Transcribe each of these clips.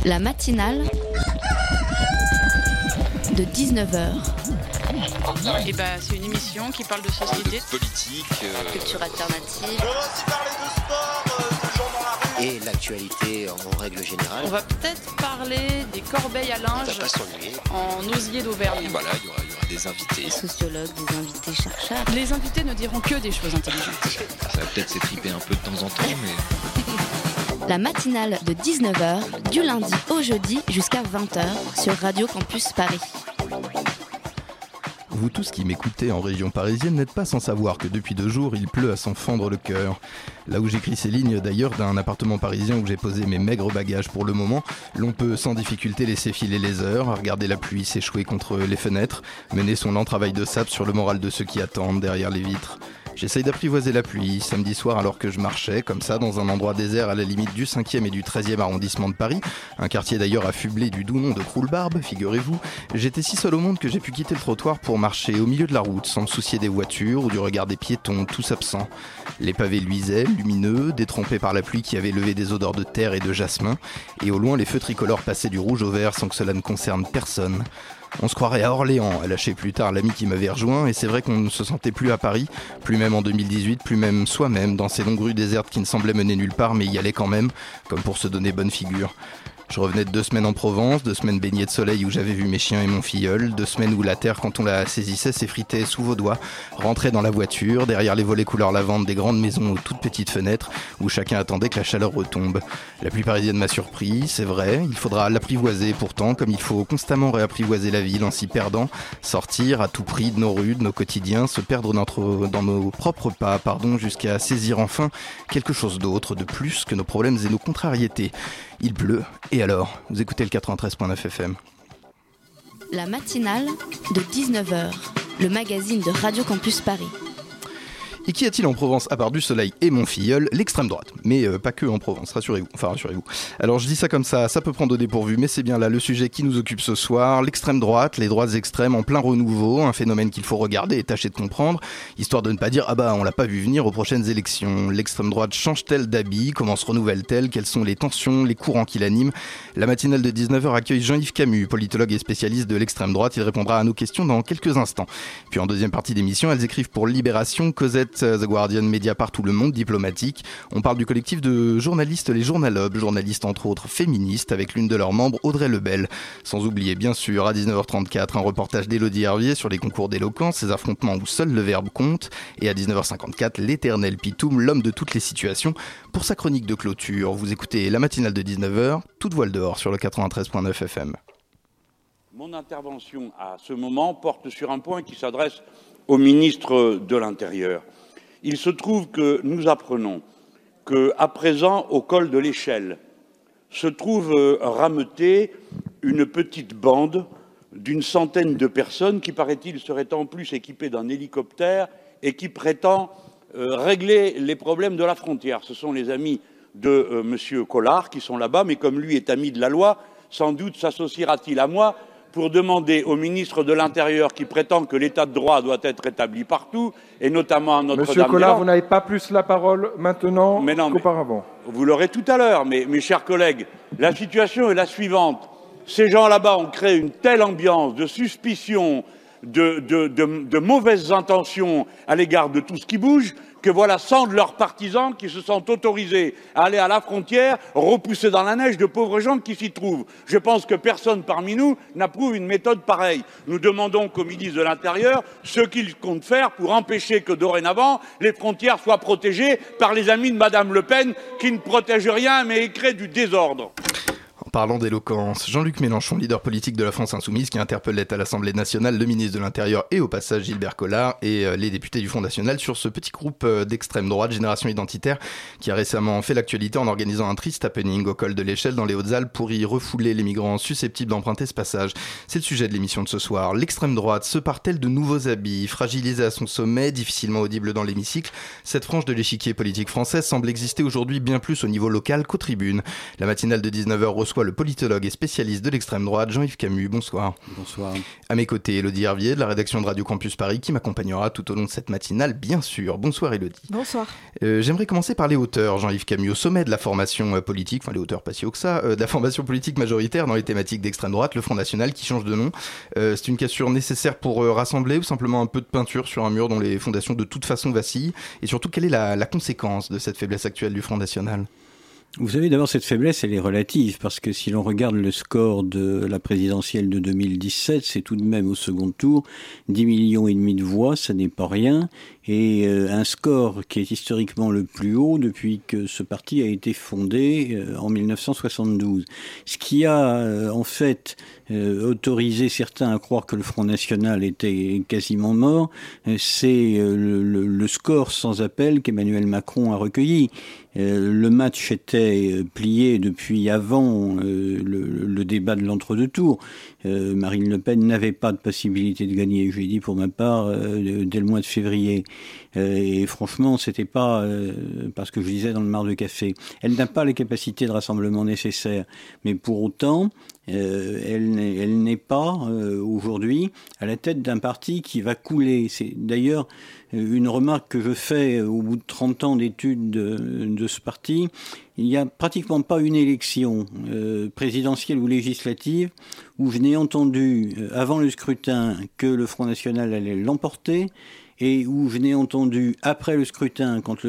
La matinale de 19h. Et c'est une émission qui parle de société, de politique, culture alternative. On va aussi parler de sport, de gens dans la rue. Et l'actualité en règle générale. On va peut-être parler des corbeilles à linge Ça va pas s'ennuyer. en osier d'Auvergne. voilà, il y aura des invités. Des sociologues, des invités chercheurs. Les invités ne diront que des choses intelligentes. Ça va peut-être s'étriper un peu de temps en temps, mais... La matinale de 19h, du lundi au jeudi jusqu'à 20h sur Radio Campus Paris. Vous tous qui m'écoutez en région parisienne n'êtes pas sans savoir que depuis 2 jours, il pleut à s'en fendre le cœur. Là où j'écris ces lignes d'ailleurs d'un appartement parisien où j'ai posé mes maigres bagages pour le moment, l'on peut sans difficulté laisser filer les heures, à regarder la pluie s'échouer contre les fenêtres, mener son lent travail de sape sur le moral de ceux qui attendent derrière les vitres. J'essaye d'apprivoiser la pluie, samedi soir alors que je marchais, comme ça, dans un endroit désert à la limite du 5e et du 13e arrondissement de Paris, un quartier d'ailleurs affublé du doux nom de Croulebarbe, figurez-vous. J'étais si seul au monde que j'ai pu quitter le trottoir pour marcher au milieu de la route, sans me soucier des voitures ou du regard des piétons, tous absents. Les pavés luisaient, lumineux, détrempés par la pluie qui avait levé des odeurs de terre et de jasmin, et au loin les feux tricolores passaient du rouge au vert sans que cela ne concerne personne. On se croirait à Orléans, a lâché plus tard l'ami qui m'avait rejoint, et c'est vrai qu'on ne se sentait plus à Paris, plus même en 2018, plus même soi-même, dans ces longues rues désertes qui ne semblaient mener nulle part, mais y aller quand même, comme pour se donner bonne figure. Je revenais de 2 semaines en Provence, 2 semaines baignées de soleil où j'avais vu mes chiens et mon filleul, 2 semaines où la terre, quand on la saisissait, s'effritait sous vos doigts, rentrait dans la voiture, derrière les volets couleur lavande des grandes maisons aux toutes petites fenêtres, où chacun attendait que la chaleur retombe. La pluie parisienne m'a surpris, c'est vrai, il faudra l'apprivoiser pourtant, comme il faut constamment réapprivoiser la ville en s'y perdant, sortir à tout prix de nos rues, de nos quotidiens, se perdre dans nos propres pas, jusqu'à saisir enfin quelque chose d'autre, de plus que nos problèmes et nos contrariétés. Il pleut, et alors ? Vous écoutez le 93.9 FM. La matinale de 19h, le magazine de Radio Campus Paris. Et qu'y a-t-il en Provence, à part du soleil et mon filleul, l'extrême droite. Mais pas que en Provence, rassurez-vous. Alors je dis ça comme ça peut prendre au dépourvu, mais c'est bien là le sujet qui nous occupe ce soir. L'extrême droite, les droites extrêmes en plein renouveau, un phénomène qu'il faut regarder et tâcher de comprendre, histoire de ne pas dire « Ah bah, on l'a pas vu venir aux prochaines élections ». L'extrême droite change-t-elle d'habit ? Comment se renouvelle-t-elle ? Quelles sont les tensions, les courants qui l'animent ? La matinale de 19h accueille Jean-Yves Camus, politologue et spécialiste de l'extrême droite. Il répondra à nos questions dans quelques instants. Puis en deuxième partie d'émission, elles écrivent pour Libération, Cosette, The Guardian, Mediapart ou Le Monde diplomatique. On parle du collectif de journalistes Les Journalobes, journalistes entre autres féministes, avec l'une de leurs membres, Audrey Lebel. Sans oublier bien sûr à 19h34 un reportage d'Élodie Hervier sur les concours d'éloquence, ces affrontements où seul le verbe compte, et à 19h54 l'éternel Pitoum, l'homme de toutes les situations, pour sa chronique de clôture. Vous écoutez la matinale de 19h, toute voile dehors sur le 93.9 FM. Mon intervention à ce moment porte sur un point qui s'adresse au ministre de l'Intérieur. Il se trouve que nous apprenons qu'à présent, au col de l'Échelle, se trouve rameutée une petite bande d'une centaine de personnes qui, paraît-il, seraient en plus équipées d'un hélicoptère et qui prétend régler les problèmes de la frontière. Ce sont les amis de M. Collard qui sont là-bas, mais comme lui est ami de la loi, sans doute s'associera-t-il à moi pour demander au ministre de l'Intérieur qui prétend que l'état de droit doit être établi partout, et notamment à Notre-Dame-des-Landes. Monsieur Collard, vous n'avez pas plus la parole maintenant qu'auparavant. Vous l'aurez tout à l'heure, mais mes chers collègues, la situation est la suivante. Ces gens là-bas ont créé une telle ambiance de suspicion, de mauvaises intentions à l'égard de tout ce qui bouge, que voilà 100 de leurs partisans qui se sont autorisés à aller à la frontière, repousser dans la neige de pauvres gens qui s'y trouvent. Je pense que personne parmi nous n'approuve une méthode pareille. Nous demandons qu'au ministre de l'Intérieur ce qu'il compte faire pour empêcher que dorénavant les frontières soient protégées par les amis de Madame Le Pen qui ne protègent rien mais créent du désordre. Parlant d'éloquence, Jean-Luc Mélenchon, leader politique de la France Insoumise, qui interpellait à l'Assemblée nationale le ministre de l'Intérieur et au passage Gilbert Collard et les députés du Front National sur ce petit groupe d'extrême droite, Génération Identitaire, qui a récemment fait l'actualité en organisant un triste happening au col de l'Échelle dans les Hautes-Alpes pour y refouler les migrants susceptibles d'emprunter ce passage. C'est le sujet de l'émission de ce soir. L'extrême droite se part-elle de nouveaux habits, fragilisée à son sommet, difficilement audible dans l'hémicycle? Cette frange de l'échiquier politique français semble exister aujourd'hui bien plus au niveau local qu'aux tribunes. La matinale de 19h reçoit reçois le politologue et spécialiste de l'extrême droite, Jean-Yves Camus. Bonsoir. Bonsoir. À mes côtés, Élodie Hervier de la rédaction de Radio Campus Paris qui m'accompagnera tout au long de cette matinale, bien sûr. Bonsoir Élodie. Bonsoir. J'aimerais commencer par les hauteurs, Jean-Yves Camus, au sommet de la formation politique, enfin les hauteurs pas si haut que ça, de la formation politique majoritaire dans les thématiques d'extrême droite, le Front National qui change de nom. C'est une cassure nécessaire pour rassembler ou simplement un peu de peinture sur un mur dont les fondations de toute façon vacillent? Et surtout, quelle est la conséquence de cette faiblesse actuelle du Front National? Vous savez, d'abord, cette faiblesse, elle est relative, parce que si l'on regarde le score de la présidentielle de 2017, c'est tout de même au second tour 10,5 millions de voix, ça n'est pas rien, et un score qui est historiquement le plus haut depuis que ce parti a été fondé en 1972. Ce qui a en fait autorisé certains à croire que le Front National était quasiment mort, c'est le score sans appel qu'Emmanuel Macron a recueilli. Le match était plié depuis avant le débat de l'entre-deux tours. Marine Le Pen n'avait pas de possibilité de gagner, je l'ai dit pour ma part, dès le mois de février. Et franchement, c'était pas parce que je disais dans le mar de café. Elle n'a pas les capacités de rassemblement nécessaires, mais pour autant, elle n'est pas aujourd'hui à la tête d'un parti qui va couler. C'est d'ailleurs une remarque que je fais au bout de 30 ans d'études de ce parti. Il n'y a pratiquement pas une élection présidentielle ou législative où je n'ai entendu avant le scrutin que le Front National allait l'emporter, et où je n'ai entendu après le scrutin, quand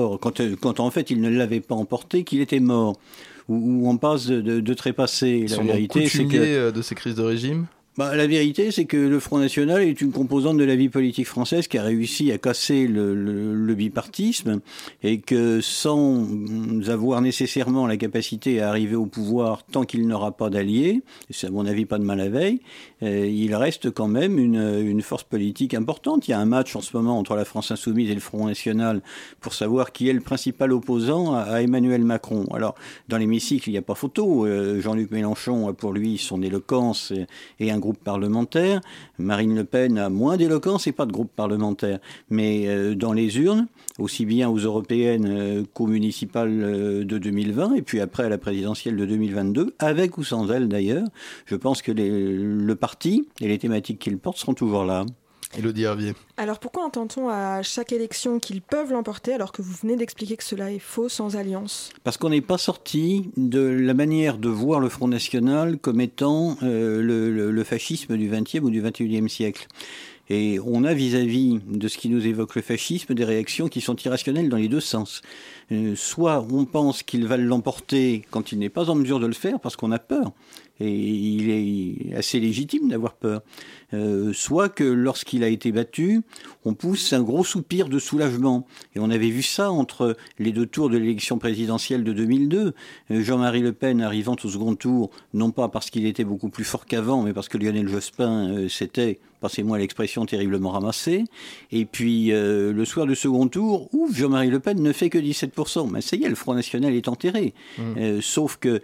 en fait il ne l'avait pas emporté, qu'il était mort, où on passe de trépasser. La vérité, c'est que de ces crises de régime. La vérité, c'est que le Front National est une composante de la vie politique française qui a réussi à casser le bipartisme, et que sans avoir nécessairement la capacité à arriver au pouvoir tant qu'il n'aura pas d'alliés, c'est à mon avis pas de mal à veille, il reste quand même une force politique importante. Il y a un match en ce moment entre la France Insoumise et le Front National pour savoir qui est le principal opposant à Emmanuel Macron. Alors, dans l'hémicycle, il n'y a pas photo. Jean-Luc Mélenchon a pour lui son éloquence et un groupe parlementaire. Marine Le Pen a moins d'éloquence et pas de groupe parlementaire. Mais dans les urnes, aussi bien aux européennes qu'aux municipales de 2020, et puis après à la présidentielle de 2022, avec ou sans elle d'ailleurs, je pense que le parti et les thématiques qu'il porte seront toujours là. Élodie Hervier. Alors pourquoi entend-on à chaque élection qu'ils peuvent l'emporter alors que vous venez d'expliquer que cela est faux sans alliance? Parce qu'on n'est pas sorti de la manière de voir le Front National comme étant le fascisme du XXe ou du XXIe siècle. Et on a vis-à-vis de ce qui nous évoque le fascisme des réactions qui sont irrationnelles dans les deux sens. Soit on pense qu'il va l'emporter quand il n'est pas en mesure de le faire parce qu'on a peur. Et il est assez légitime d'avoir peur. Soit que lorsqu'il a été battu, on pousse un gros soupir de soulagement. Et on avait vu ça entre les deux tours de l'élection présidentielle de 2002. Jean-Marie Le Pen arrivant au second tour, non pas parce qu'il était beaucoup plus fort qu'avant, mais parce que Lionel Jospin s'était, passez-moi l'expression, terriblement ramassé. Et puis le soir du second tour, où Jean-Marie Le Pen ne fait que 17%. Mais ça y est, le Front National est enterré. Sauf qu'il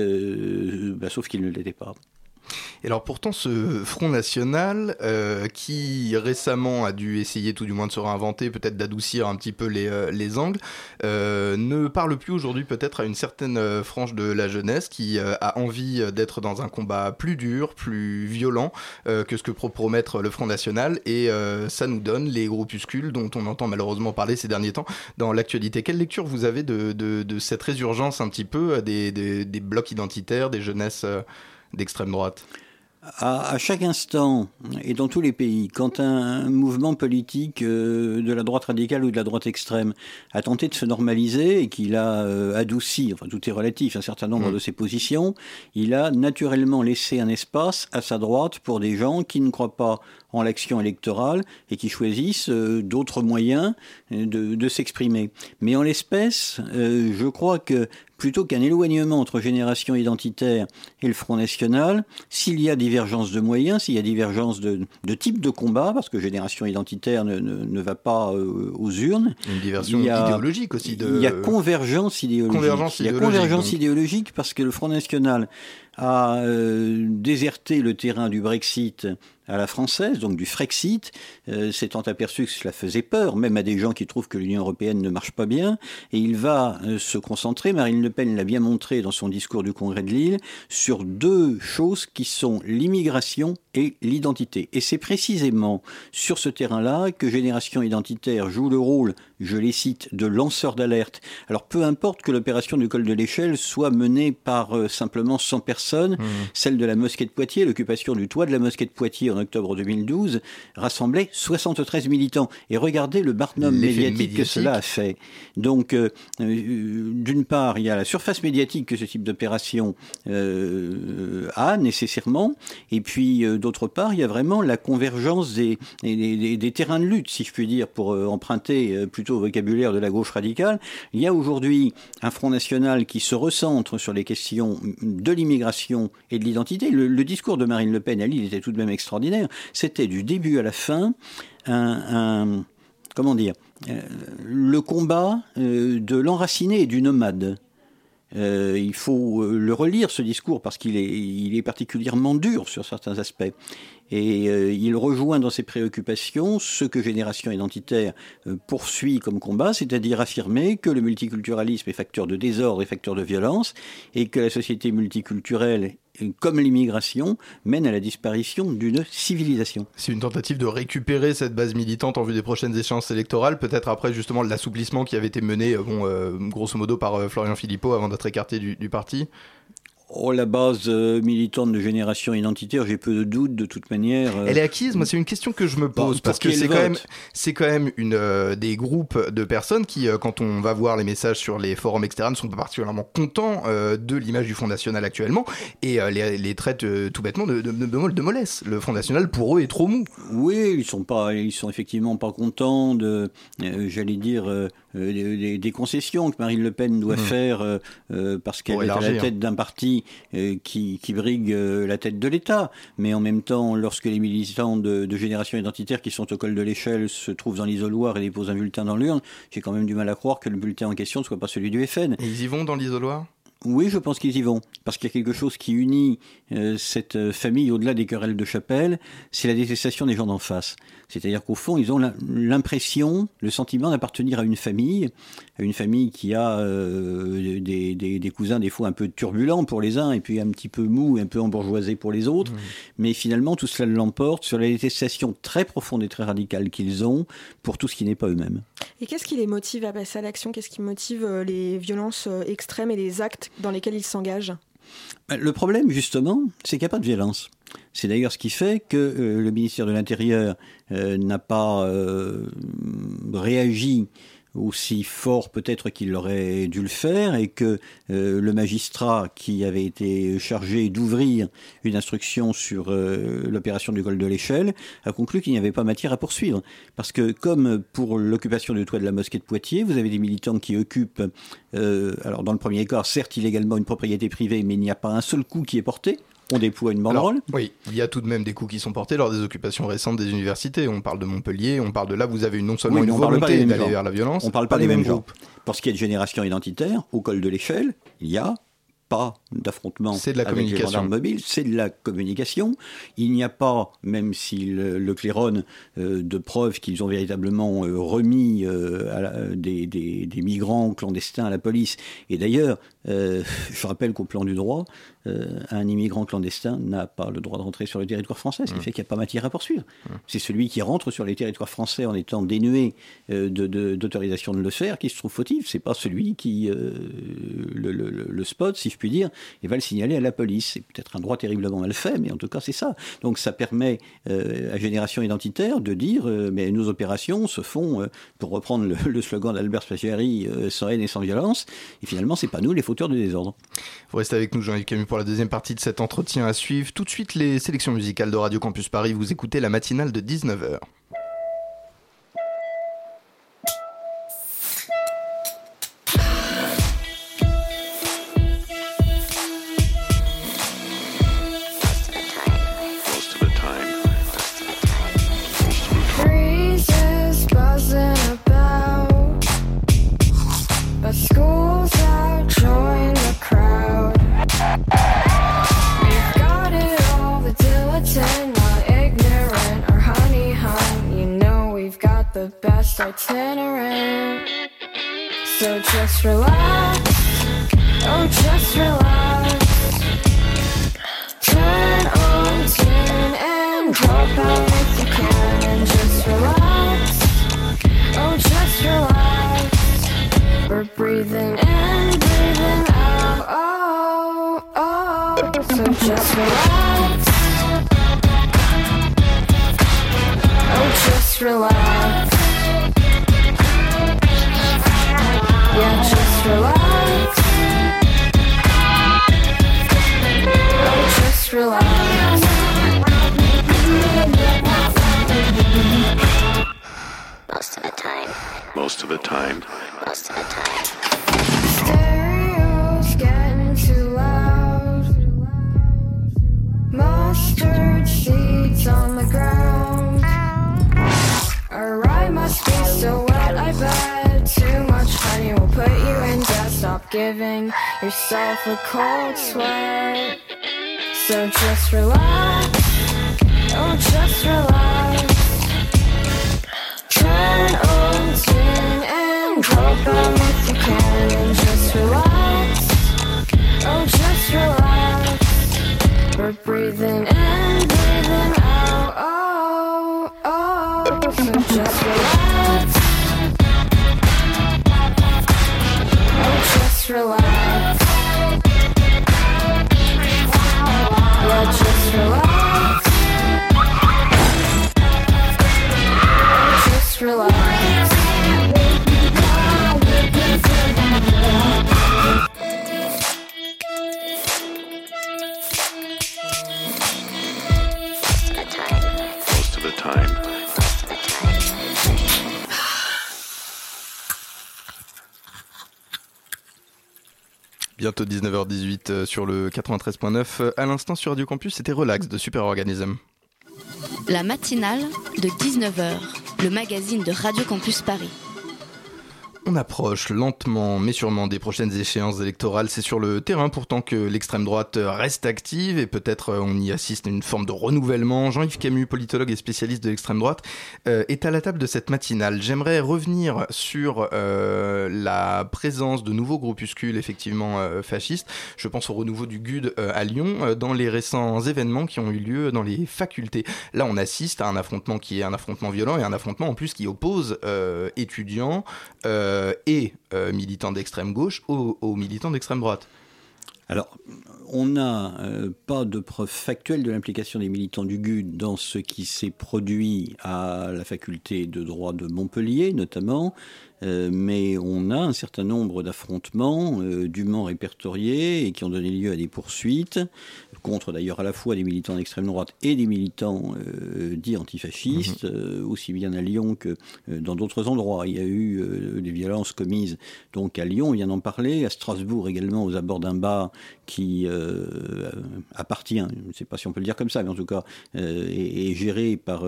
ne l'était pas. Et alors pourtant ce Front National qui récemment a dû essayer tout du moins de se réinventer, peut-être d'adoucir un petit peu les angles, ne parle plus aujourd'hui peut-être à une certaine frange de la jeunesse qui a envie d'être dans un combat plus dur, plus violent que ce que promettre le Front National, et ça nous donne les groupuscules dont on entend malheureusement parler ces derniers temps dans l'actualité. Quelle lecture vous avez de cette résurgence un petit peu des blocs identitaires, des jeunesses d'extrême droite? À chaque instant, et dans tous les pays, quand un mouvement politique de la droite radicale ou de la droite extrême a tenté de se normaliser et qu'il a adouci, enfin tout est relatif, un certain nombre de ses positions, il a naturellement laissé un espace à sa droite pour des gens qui ne croient pas en l'action électorale et qui choisissent d'autres moyens de s'exprimer. Mais en l'espèce, je crois que plutôt qu'un éloignement entre génération identitaire et le Front National, s'il y a divergence de moyens, s'il y a divergence de type de combat, parce que génération identitaire ne va pas aux urnes. Une diversion idéologique aussi. Il y a convergence idéologique. Il y a convergence idéologique parce que le Front National a déserté le terrain du Brexit à la française, donc du Frexit, s'étant aperçu que cela faisait peur, même à des gens qui trouvent que l'Union européenne ne marche pas bien, et il va se concentrer, Marine Le Pen l'a bien montré dans son discours du Congrès de Lille, sur deux choses qui sont l'immigration et l'identité. Et c'est précisément sur ce terrain-là que Génération Identitaire joue le rôle, je les cite, de lanceur d'alerte. Alors peu importe que l'opération du col de l'Échelle soit menée par simplement 100 personnes, celle de la mosquée de Poitiers, l'occupation du toit de la mosquée de Poitiers en octobre 2012, rassemblait 73 militants. Et regardez le barnum médiatique que cela a fait. Donc, d'une part, il y a la surface médiatique que ce type d'opération a nécessairement, et puis d'autre part, il y a vraiment la convergence des terrains de lutte, si je puis dire, pour emprunter plutôt au vocabulaire de la gauche radicale. Il y a aujourd'hui un Front National qui se recentre sur les questions de l'immigration et de l'identité. Le discours de Marine Le Pen à Lille était tout de même extraordinaire. C'était du début à la fin comment dire, le combat de l'enraciné et du nomade. Il faut le relire, ce discours, parce qu'il est particulièrement dur sur certains aspects. Et il rejoint dans ses préoccupations ce que Génération Identitaire poursuit comme combat, c'est-à-dire affirmer que le multiculturalisme est facteur de désordre et facteur de violence, et que la société multiculturelle, comme l'immigration, mène à la disparition d'une civilisation. C'est une tentative de récupérer cette base militante en vue des prochaines échéances électorales, peut-être après justement l'assouplissement qui avait été mené, grosso modo, par Florian Philippot avant d'être écarté du parti. Oh, la base militante de Génération Identitaire, j'ai peu de doutes de toute manière. Elle est acquise, moi c'est une question que je me pose, parce que c'est quand même des groupes de personnes qui, quand on va voir les messages sur les forums, etc., ne sont pas particulièrement contents de l'image du Front National actuellement, et les traitent tout bêtement de mollesse. Le Front National, pour eux, est trop mou. Oui, ils sont effectivement pas contents de, j'allais dire, des concessions que Marine Le Pen doit faire parce qu'elle est à la tête d'un parti qui brigue la tête de l'État. Mais en même temps, lorsque les militants de Génération Identitaire qui sont au col de l'Échelle se trouvent dans l'isoloir et déposent un bulletin dans l'urne, j'ai quand même du mal à croire que le bulletin en question ne soit pas celui du FN. Et ils y vont dans l'isoloir ? Oui, je pense qu'ils y vont, parce qu'il y a quelque chose qui unit cette famille au-delà des querelles de chapelle, c'est la détestation des gens d'en face. C'est-à-dire qu'au fond, ils ont l'impression, le sentiment d'appartenir à une famille qui a des cousins des fois un peu turbulents pour les uns, et puis un petit peu mous, un peu embourgeoisés pour les autres. Mais finalement, tout cela l'emporte sur la détestation très profonde et très radicale qu'ils ont pour tout ce qui n'est pas eux-mêmes. Et qu'est-ce qui les motive à passer à l'action ? Qu'est-ce qui motive les violences extrêmes et les actes dans lesquels ils s'engagent ? Le problème, justement, c'est qu'il n'y a pas de violence. C'est d'ailleurs ce qui fait que le ministère de l'Intérieur n'a pas réagi aussi fort peut-être qu'il aurait dû le faire, et que le magistrat qui avait été chargé d'ouvrir une instruction sur l'opération du col de l'Échelle a conclu qu'il n'y avait pas matière à poursuivre. Parce que comme pour l'occupation du toit de la mosquée de Poitiers, vous avez des militants qui occupent, alors dans le premier cas, certes illégalement une propriété privée, mais il n'y a pas un seul coup qui est porté. On déploie une banderole. Alors, oui, il y a tout de même des coups qui sont portés lors des occupations récentes des universités. On parle de Montpellier, on parle de là, vous avez non seulement une volonté d'aller vers la violence. On ne parle pas des mêmes groupes. Pour ce qui est de Génération Identitaire, au col de l'Échelle, il y a pas d'affrontement avec les gendarmes mobiles, c'est de la communication. Il n'y a pas, même si le Clairon, de preuves qu'ils ont véritablement remis des migrants clandestins à la police. Et d'ailleurs, je rappelle qu'au plan du droit, un immigrant clandestin n'a pas le droit de rentrer sur le territoire français, ce qui fait qu'il n'y a pas matière à poursuivre. C'est celui qui rentre sur les territoires français en étant dénué d'autorisation de le faire qui se trouve fautif. C'est pas celui qui le spot, si je puis dire, et va le signaler à la police. C'est peut-être un droit terriblement mal fait, mais en tout cas c'est ça. Donc ça permet à Génération Identitaire de dire mais nos opérations se font, pour reprendre le slogan d'Albert Spaghiari, sans haine et sans violence, et finalement c'est pas nous les fauteurs de désordre. Vous restez avec nous, Jean-Yves Camus, pour la deuxième partie de cet entretien à suivre. Tout de suite les sélections musicales de Radio Campus Paris. Vous écoutez la matinale de 19h. We've got it all, the diligent, not ignorant. itinerant. So just relax, oh just relax. Turn on tune and drop out if you can. Just relax, oh just relax. We're breathing in, breathing out, oh, oh. So just relax, oh just relax. Yeah, just relax. Oh, just relax. Most of the time. Most of the time. Most of the time. Stereo's getting too loud. Mustard seeds on the ground. Our ride must be so wet, I bet. Too much honey will put you in debt. Stop giving yourself a cold sweat. So just relax, oh just relax. Turn on tune and drop out if you can. Just relax, oh just relax. We're breathing in, breathing out, oh, oh. So just relax, oh just relax. Yeah, just relax, oh just relax. Most of the time. Bientôt 19h18 sur le 93.9. À l'instant sur Radio Campus, c'était Relax de Superorganism. La matinale de 19h, le magazine de Radio Campus Paris. On approche lentement mais sûrement des prochaines échéances électorales. C'est sur le terrain pourtant que l'extrême droite reste active et peut-être on y assiste à une forme de renouvellement. Jean-Yves Camus, politologue et spécialiste de l'extrême droite, est à la table de cette matinale. J'aimerais revenir sur la présence de nouveaux groupuscules effectivement fascistes. Je pense au renouveau du GUD à Lyon dans les récents événements qui ont eu lieu dans les facultés. Là on assiste à un affrontement qui est un affrontement violent et un affrontement en plus qui oppose étudiants et militants d'extrême gauche aux militants d'extrême droite. Alors, on n'a pas de preuve factuelle de l'implication des militants du GUD dans ce qui s'est produit à la faculté de droit de Montpellier, notamment, mais on a un certain nombre d'affrontements dûment répertoriés et qui ont donné lieu à des poursuites, contre d'ailleurs à la fois des militants d'extrême droite et des militants dits antifascistes, aussi bien à Lyon que dans d'autres endroits. Il y a eu des violences commises donc à Lyon, on vient d'en parler, à Strasbourg également, aux abords d'un bar qui appartient, je ne sais pas si on peut le dire comme ça, mais en tout cas est géré par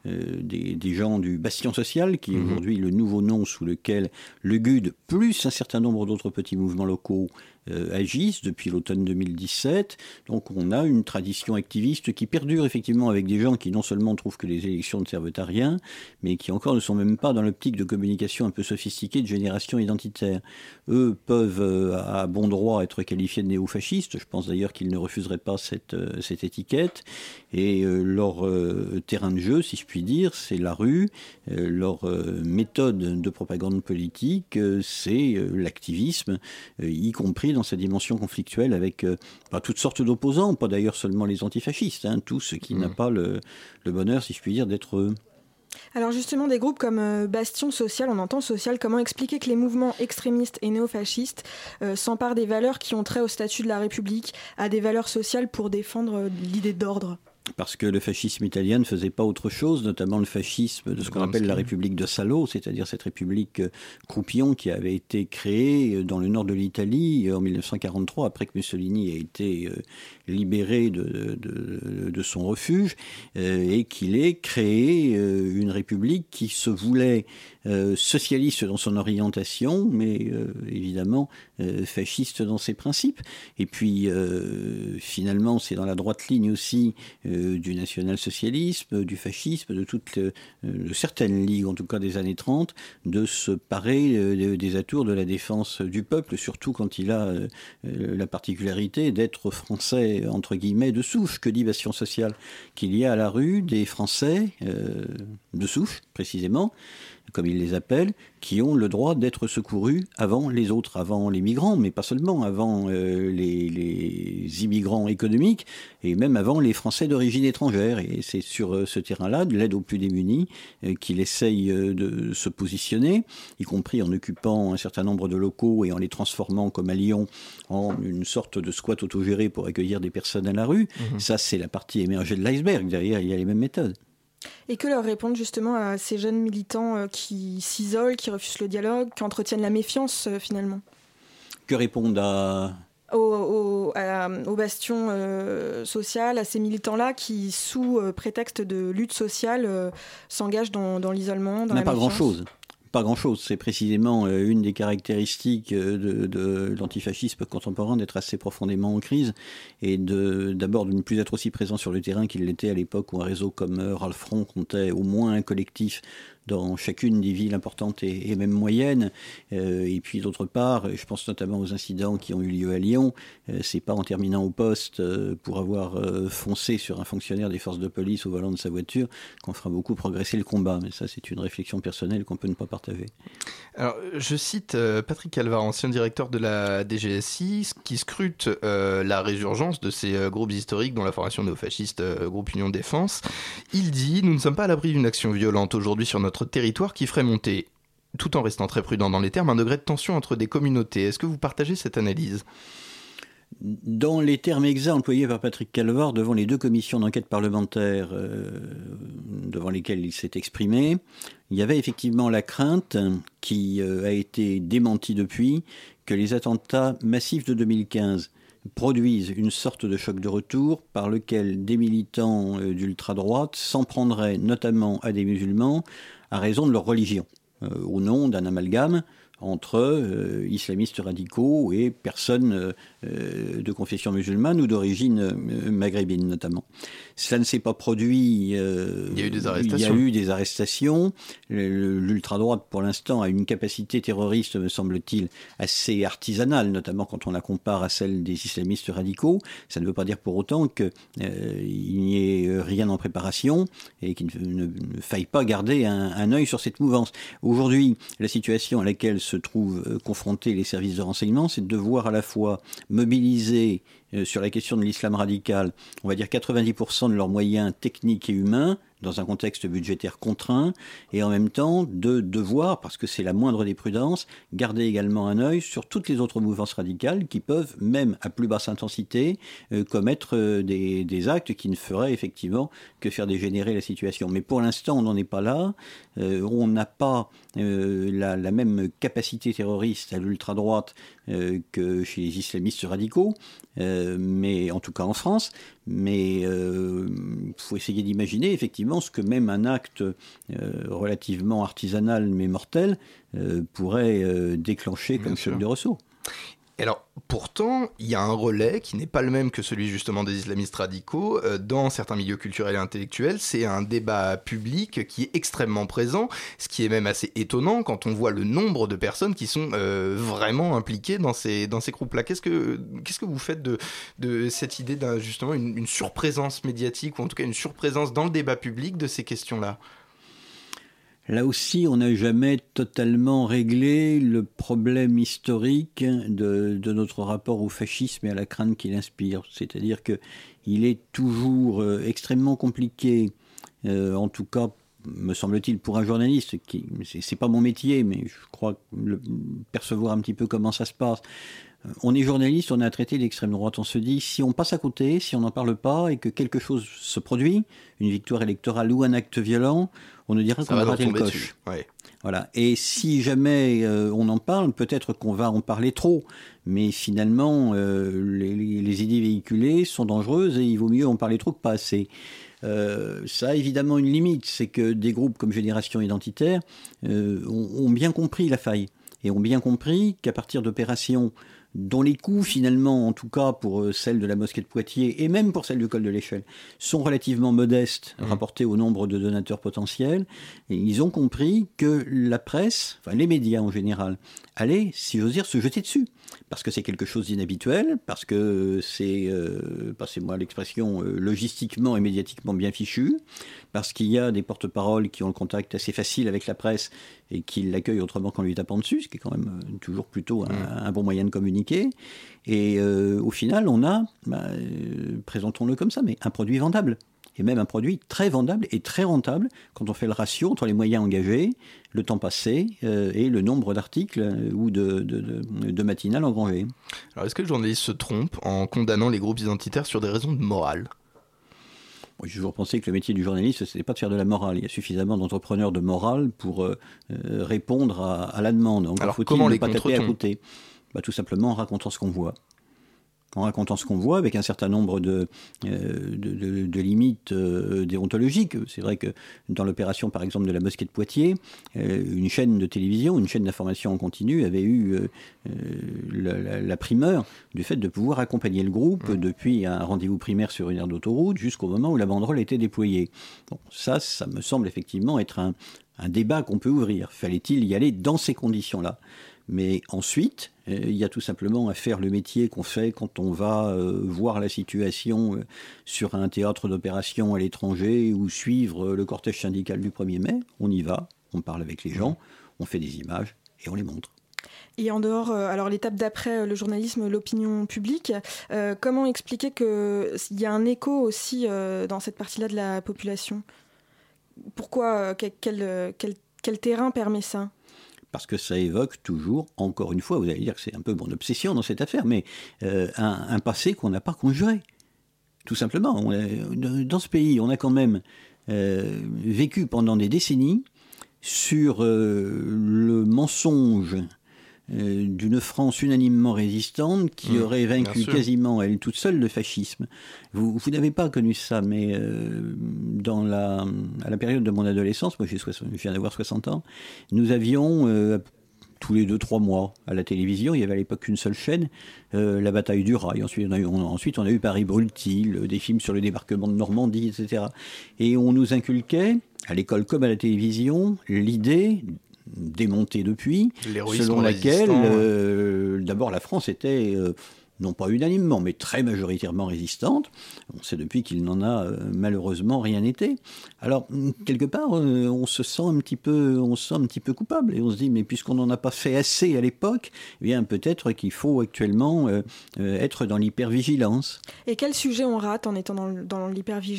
des gens du Bastion Social, qui est aujourd'hui le nouveau nom sous lequel le GUD, plus un certain nombre d'autres petits mouvements locaux, agissent depuis l'automne 2017. Donc on a une tradition activiste qui perdure effectivement avec des gens qui non seulement trouvent que les élections ne servent à rien, mais qui encore ne sont même pas dans l'optique de communication un peu sophistiquée de génération identitaire. Eux peuvent à bon droit être qualifiés de néo-fascistes, je pense d'ailleurs qu'ils ne refuseraient pas cette étiquette, et leur terrain de jeu, si je puis dire, c'est la rue, leur méthode de propagande politique, c'est l'activisme, y compris dans sa dimension conflictuelle avec toutes sortes d'opposants, pas d'ailleurs seulement les antifascistes, tout ce qui n'a pas le bonheur, si je puis dire, d'être... Alors justement, des groupes comme Bastion Social, on entend social, comment expliquer que les mouvements extrémistes et néofascistes s'emparent des valeurs qui ont trait au statut de la République, à des valeurs sociales pour défendre l'idée d'ordre ? Parce que le fascisme italien ne faisait pas autre chose, notamment le fascisme de ce qu'on appelle la République de Salo, c'est-à-dire cette République croupillon qui avait été créée dans le nord de l'Italie en 1943, après que Mussolini ait été libéré de son refuge, et qu'il ait créé une République qui se voulait socialiste dans son orientation, mais évidemment fasciste dans ses principes. Et puis finalement, c'est dans la droite ligne aussi du national-socialisme, du fascisme, de certaines ligues, en tout cas des années 30, de se parer des atours de la défense du peuple, surtout quand il a la particularité d'être français, entre guillemets, de souche. Que dit Bastion Social? Qu'il y a à la rue des Français de souche, précisément, comme ils les appellent, qui ont le droit d'être secourus avant les autres, avant les migrants, mais pas seulement, avant les immigrants économiques, et même avant les Français d'origine étrangère. Et c'est sur ce terrain-là, de l'aide aux plus démunis, qu'il essaye de se positionner, y compris en occupant un certain nombre de locaux et en les transformant, comme à Lyon, en une sorte de squat autogéré pour accueillir des personnes à la rue. Ça, c'est la partie émergée de l'iceberg. Derrière, il y a les mêmes méthodes. Et que leur répondre justement à ces jeunes militants qui s'isolent, qui refusent le dialogue, qui entretiennent la méfiance finalement? Que répondent au bastion social, à ces militants-là qui, sous prétexte de lutte sociale, s'engagent dans l'isolement, dans la méfiance? Pas grand-chose. Pas grand-chose. C'est précisément une des caractéristiques de l'antifascisme contemporain, d'être assez profondément en crise et d'abord de ne plus être aussi présent sur le terrain qu'il l'était à l'époque où un réseau comme Ralph Front comptait au moins un collectif dans chacune des villes importantes et même moyennes. Et puis d'autre part, je pense notamment aux incidents qui ont eu lieu à Lyon. C'est pas en terminant au poste pour avoir foncé sur un fonctionnaire des forces de police au volant de sa voiture qu'on fera beaucoup progresser le combat. Mais ça, c'est une réflexion personnelle qu'on peut ne pas partager. Alors, je cite Patrick Calvar, ancien directeur de la DGSI, qui scrute la résurgence de ces groupes historiques dont la formation néofasciste Groupe Union Défense. Il dit « Nous ne sommes pas à l'abri d'une action violente aujourd'hui sur notre territoire qui ferait monter, tout en restant très prudent dans les termes, un degré de tension entre des communautés. » Est-ce que vous partagez cette analyse ? Dans les termes exacts employés par Patrick Calvar devant les 2 commissions d'enquête parlementaire devant lesquelles il s'est exprimé, il y avait effectivement la crainte, qui a été démentie depuis, que les attentats massifs de 2015 produisent une sorte de choc de retour par lequel des militants d'ultra-droite s'en prendraient notamment à des musulmans à raison de leur religion, au nom d'un amalgame entre islamistes radicaux et personnes de confession musulmane ou d'origine maghrébine notamment. Cela ne s'est pas produit. Il y a eu des arrestations. Il y a eu des arrestations. L'ultra-droite, pour l'instant, a une capacité terroriste, me semble-t-il, assez artisanale, notamment quand on la compare à celle des islamistes radicaux. Ça ne veut pas dire pour autant qu'il n'y ait rien en préparation et qu'il ne faille pas garder un œil sur cette mouvance. Aujourd'hui, la situation à laquelle se trouvent confrontés les services de renseignement, c'est de devoir à la fois mobiliser sur la question de l'islam radical, on va dire 90% de leurs moyens techniques et humains, dans un contexte budgétaire contraint, et en même temps de devoir, parce que c'est la moindre des prudences, garder également un œil sur toutes les autres mouvances radicales qui peuvent, même à plus basse intensité, commettre des actes qui ne feraient effectivement que faire dégénérer la situation. Mais pour l'instant, on n'en est pas là. On n'a pas la même capacité terroriste à l'ultra-droite que chez les islamistes radicaux, mais en tout cas en France. Mais il faut essayer d'imaginer effectivement ce que même un acte relativement artisanal mais mortel pourrait déclencher comme choc de ressaut. Alors, pourtant, il y a un relais qui n'est pas le même que celui justement des islamistes radicaux dans certains milieux culturels et intellectuels. C'est un débat public qui est extrêmement présent, ce qui est même assez étonnant quand on voit le nombre de personnes qui sont vraiment impliquées dans ces groupes-là. Qu'est-ce que vous faites de cette idée d'un justement une surprésence médiatique, ou en tout cas une surprésence dans le débat public de ces questions-là ? Là aussi, on n'a jamais totalement réglé le problème historique de notre rapport au fascisme et à la crainte qu'il inspire. C'est-à-dire qu'il est toujours extrêmement compliqué, en tout cas, me semble-t-il, pour un journaliste, c'est pas mon métier, mais je crois percevoir un petit peu comment ça se passe. On est journaliste, on est à traiter d'extrême droite. On se dit, si on passe à côté, si on n'en parle pas et que quelque chose se produit, une victoire électorale ou un acte violent, on nous dira qu'on va rater le coche. Ouais. Voilà. Et si jamais on en parle, peut-être qu'on va en parler trop. Mais finalement, les idées véhiculées sont dangereuses et il vaut mieux en parler trop que pas assez. Ça a évidemment une limite, c'est que des groupes comme Génération Identitaire ont bien compris la faille et ont bien compris qu'à partir d'opérations dont les coûts finalement, en tout cas pour celle de la mosquée de Poitiers et même pour celle du col de l'Échelle, sont relativement modestes rapportés au nombre de donateurs potentiels, et ils ont compris que la presse, enfin les médias en général, allaient, si j'ose dire, se jeter dessus. Parce que c'est quelque chose d'inhabituel, parce que c'est, passez-moi l'expression, logistiquement et médiatiquement bien fichu, parce qu'il y a des porte-paroles qui ont le contact assez facile avec la presse et qui l'accueillent autrement qu'en lui tapant dessus, ce qui est quand même toujours plutôt un bon moyen de communiquer. Et au final, on a, présentons-le comme ça, mais un produit vendable. Et même un produit très vendable et très rentable quand on fait le ratio entre les moyens engagés, le temps passé et le nombre d'articles ou de matinales engrangées. Alors est-ce que le journaliste se trompe en condamnant les groupes identitaires sur des raisons de morale ? J'ai toujours pensé que le métier du journaliste, ce n'est pas de faire de la morale. Il y a suffisamment d'entrepreneurs de morale pour répondre à la demande. Encore alors faut-il ne pas taper à côté. Tout simplement en racontant ce qu'on voit. En racontant ce qu'on voit, avec un certain nombre de limites déontologiques. C'est vrai que dans l'opération, par exemple, de la mosquée de Poitiers, une chaîne de télévision, une chaîne d'information en continu avait eu la primeur du fait de pouvoir accompagner le groupe depuis un rendez-vous primaire sur une aire d'autoroute jusqu'au moment où la banderole était déployée. Bon, ça me semble effectivement être un débat qu'on peut ouvrir. Fallait-il y aller dans ces conditions-là ? Mais ensuite, il y a tout simplement à faire le métier qu'on fait quand on va voir la situation sur un théâtre d'opération à l'étranger ou suivre le cortège syndical du 1er mai. On y va, on parle avec les gens, on fait des images et on les montre. Et en dehors, alors l'étape d'après le journalisme, l'opinion publique, comment expliquer qu'il y a un écho aussi dans cette partie-là de la population ? Pourquoi, quel terrain permet ça ? Parce que ça évoque toujours, encore une fois, vous allez dire que c'est un peu mon obsession dans cette affaire, mais un passé qu'on n'a pas conjuré. Tout simplement. Dans ce pays, on a quand même vécu pendant des décennies sur le mensonge d'une France unanimement résistante qui aurait vaincu quasiment elle toute seule le fascisme. Vous n'avez pas connu ça, mais à la période de mon adolescence, moi je viens d'avoir 60 ans, nous avions tous les 2-3 mois à la télévision, il y avait à l'époque qu'une seule chaîne, la bataille du rail. Ensuite on a eu Paris brûle-t-il, des films sur le débarquement de Normandie, etc. Et on nous inculquait, à l'école comme à la télévision, l'idée démontée depuis, selon laquelle d'abord la France était non pas unanimement, mais très majoritairement résistante. On sait depuis qu'il n'en a malheureusement rien été. Alors, quelque part, on se sent un petit peu coupable, et on se dit, mais puisqu'on n'en a pas fait assez à l'époque, eh bien peut-être qu'il faut actuellement être dans l'hypervigilance. Et quel sujet on rate en étant dans l'hypervigilance ?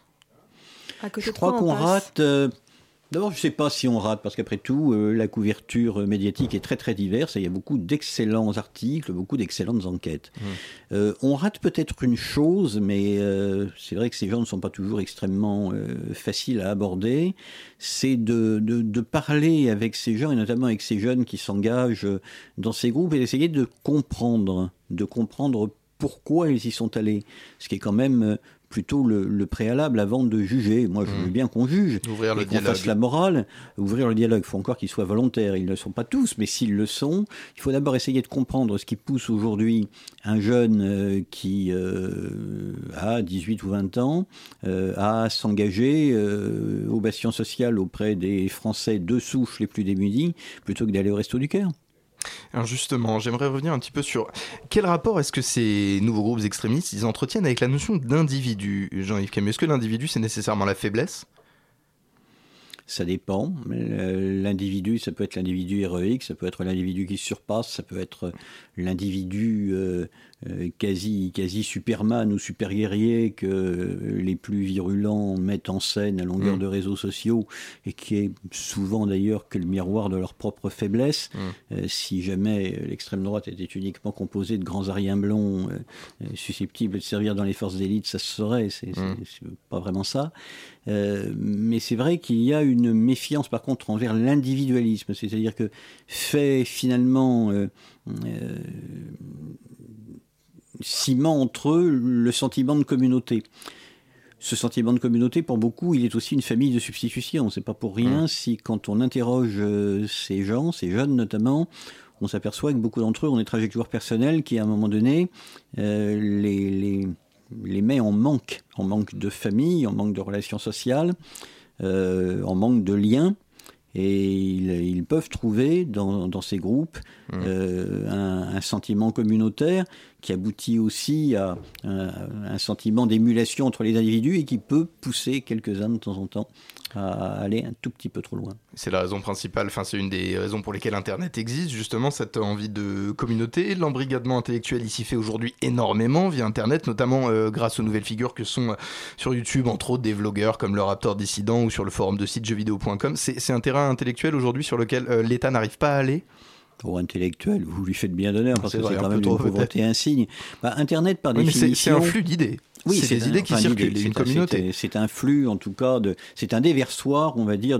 Je crois qu'on rate... D'abord, je ne sais pas si on rate, parce qu'après tout, la couverture médiatique est très très diverse, et il y a beaucoup d'excellents articles, beaucoup d'excellentes enquêtes. On rate peut-être une chose, mais c'est vrai que ces gens ne sont pas toujours extrêmement faciles à aborder, c'est de parler avec ces gens, et notamment avec ces jeunes qui s'engagent dans ces groupes, et d'essayer de comprendre pourquoi ils y sont allés, ce qui est quand même... plutôt le préalable avant de juger. Moi, je veux bien qu'on juge, et qu'on fasse la morale, ouvrir le dialogue. Il faut encore qu'ils soient volontaires. Ils ne le sont pas tous, mais s'ils le sont, il faut d'abord essayer de comprendre ce qui pousse aujourd'hui un jeune qui a 18 ou 20 ans à s'engager au bastion social auprès des Français de souche les plus démunis, plutôt que d'aller au Resto du Cœur. Alors justement, j'aimerais revenir un petit peu sur quel rapport est-ce que ces nouveaux groupes extrémistes ils entretiennent avec la notion d'individu, Jean-Yves Camus. Est-ce que l'individu c'est nécessairement la faiblesse ? Ça dépend. L'individu, ça peut être l'individu héroïque, ça peut être l'individu qui se surpasse, ça peut être l'individu quasi Superman ou super guerrier que les plus virulents mettent en scène à longueur de réseaux sociaux et qui est souvent d'ailleurs que le miroir de leur propre faiblesse. Si jamais l'extrême droite était uniquement composée de grands ariens blonds susceptibles de servir dans les forces d'élite, ça se saurait. C'est pas vraiment ça. Mais c'est vrai qu'il y a une méfiance par contre envers l'individualisme, c'est-à-dire que fait finalement ciment entre eux le sentiment de communauté. ce sentiment de communauté, pour beaucoup, il est aussi une famille de substitution. C'est pas pour rien si, quand on interroge ces gens, ces jeunes notamment, on s'aperçoit que beaucoup d'entre eux ont des trajectoires personnelles qui, à un moment donné, les met en manque de famille, en manque de relations sociales, en manque de liens. Et ils peuvent trouver dans ces groupes un sentiment communautaire qui aboutit aussi à un sentiment d'émulation entre les individus et qui peut pousser quelques-uns de temps en temps à aller un tout petit peu trop loin. C'est la raison principale, c'est une des raisons pour lesquelles Internet existe, justement, cette envie de communauté. L'embrigadement intellectuel ici fait aujourd'hui énormément via Internet, notamment grâce aux nouvelles figures que sont sur YouTube, entre autres des vlogueurs comme le Raptor Dissident ou sur le forum de site jeuxvideo.com. C'est un terrain intellectuel aujourd'hui sur lequel l'État n'arrive pas à aller. Pour intellectuel, vous lui faites bien d'honneur, parce que c'est quand même une pauvreté insigne. Internet, par définition... Mais c'est un flux d'idées. Oui, c'est des idées qui circulent, c'est une communauté. C'est un flux, en tout cas, c'est un déversoir, on va dire,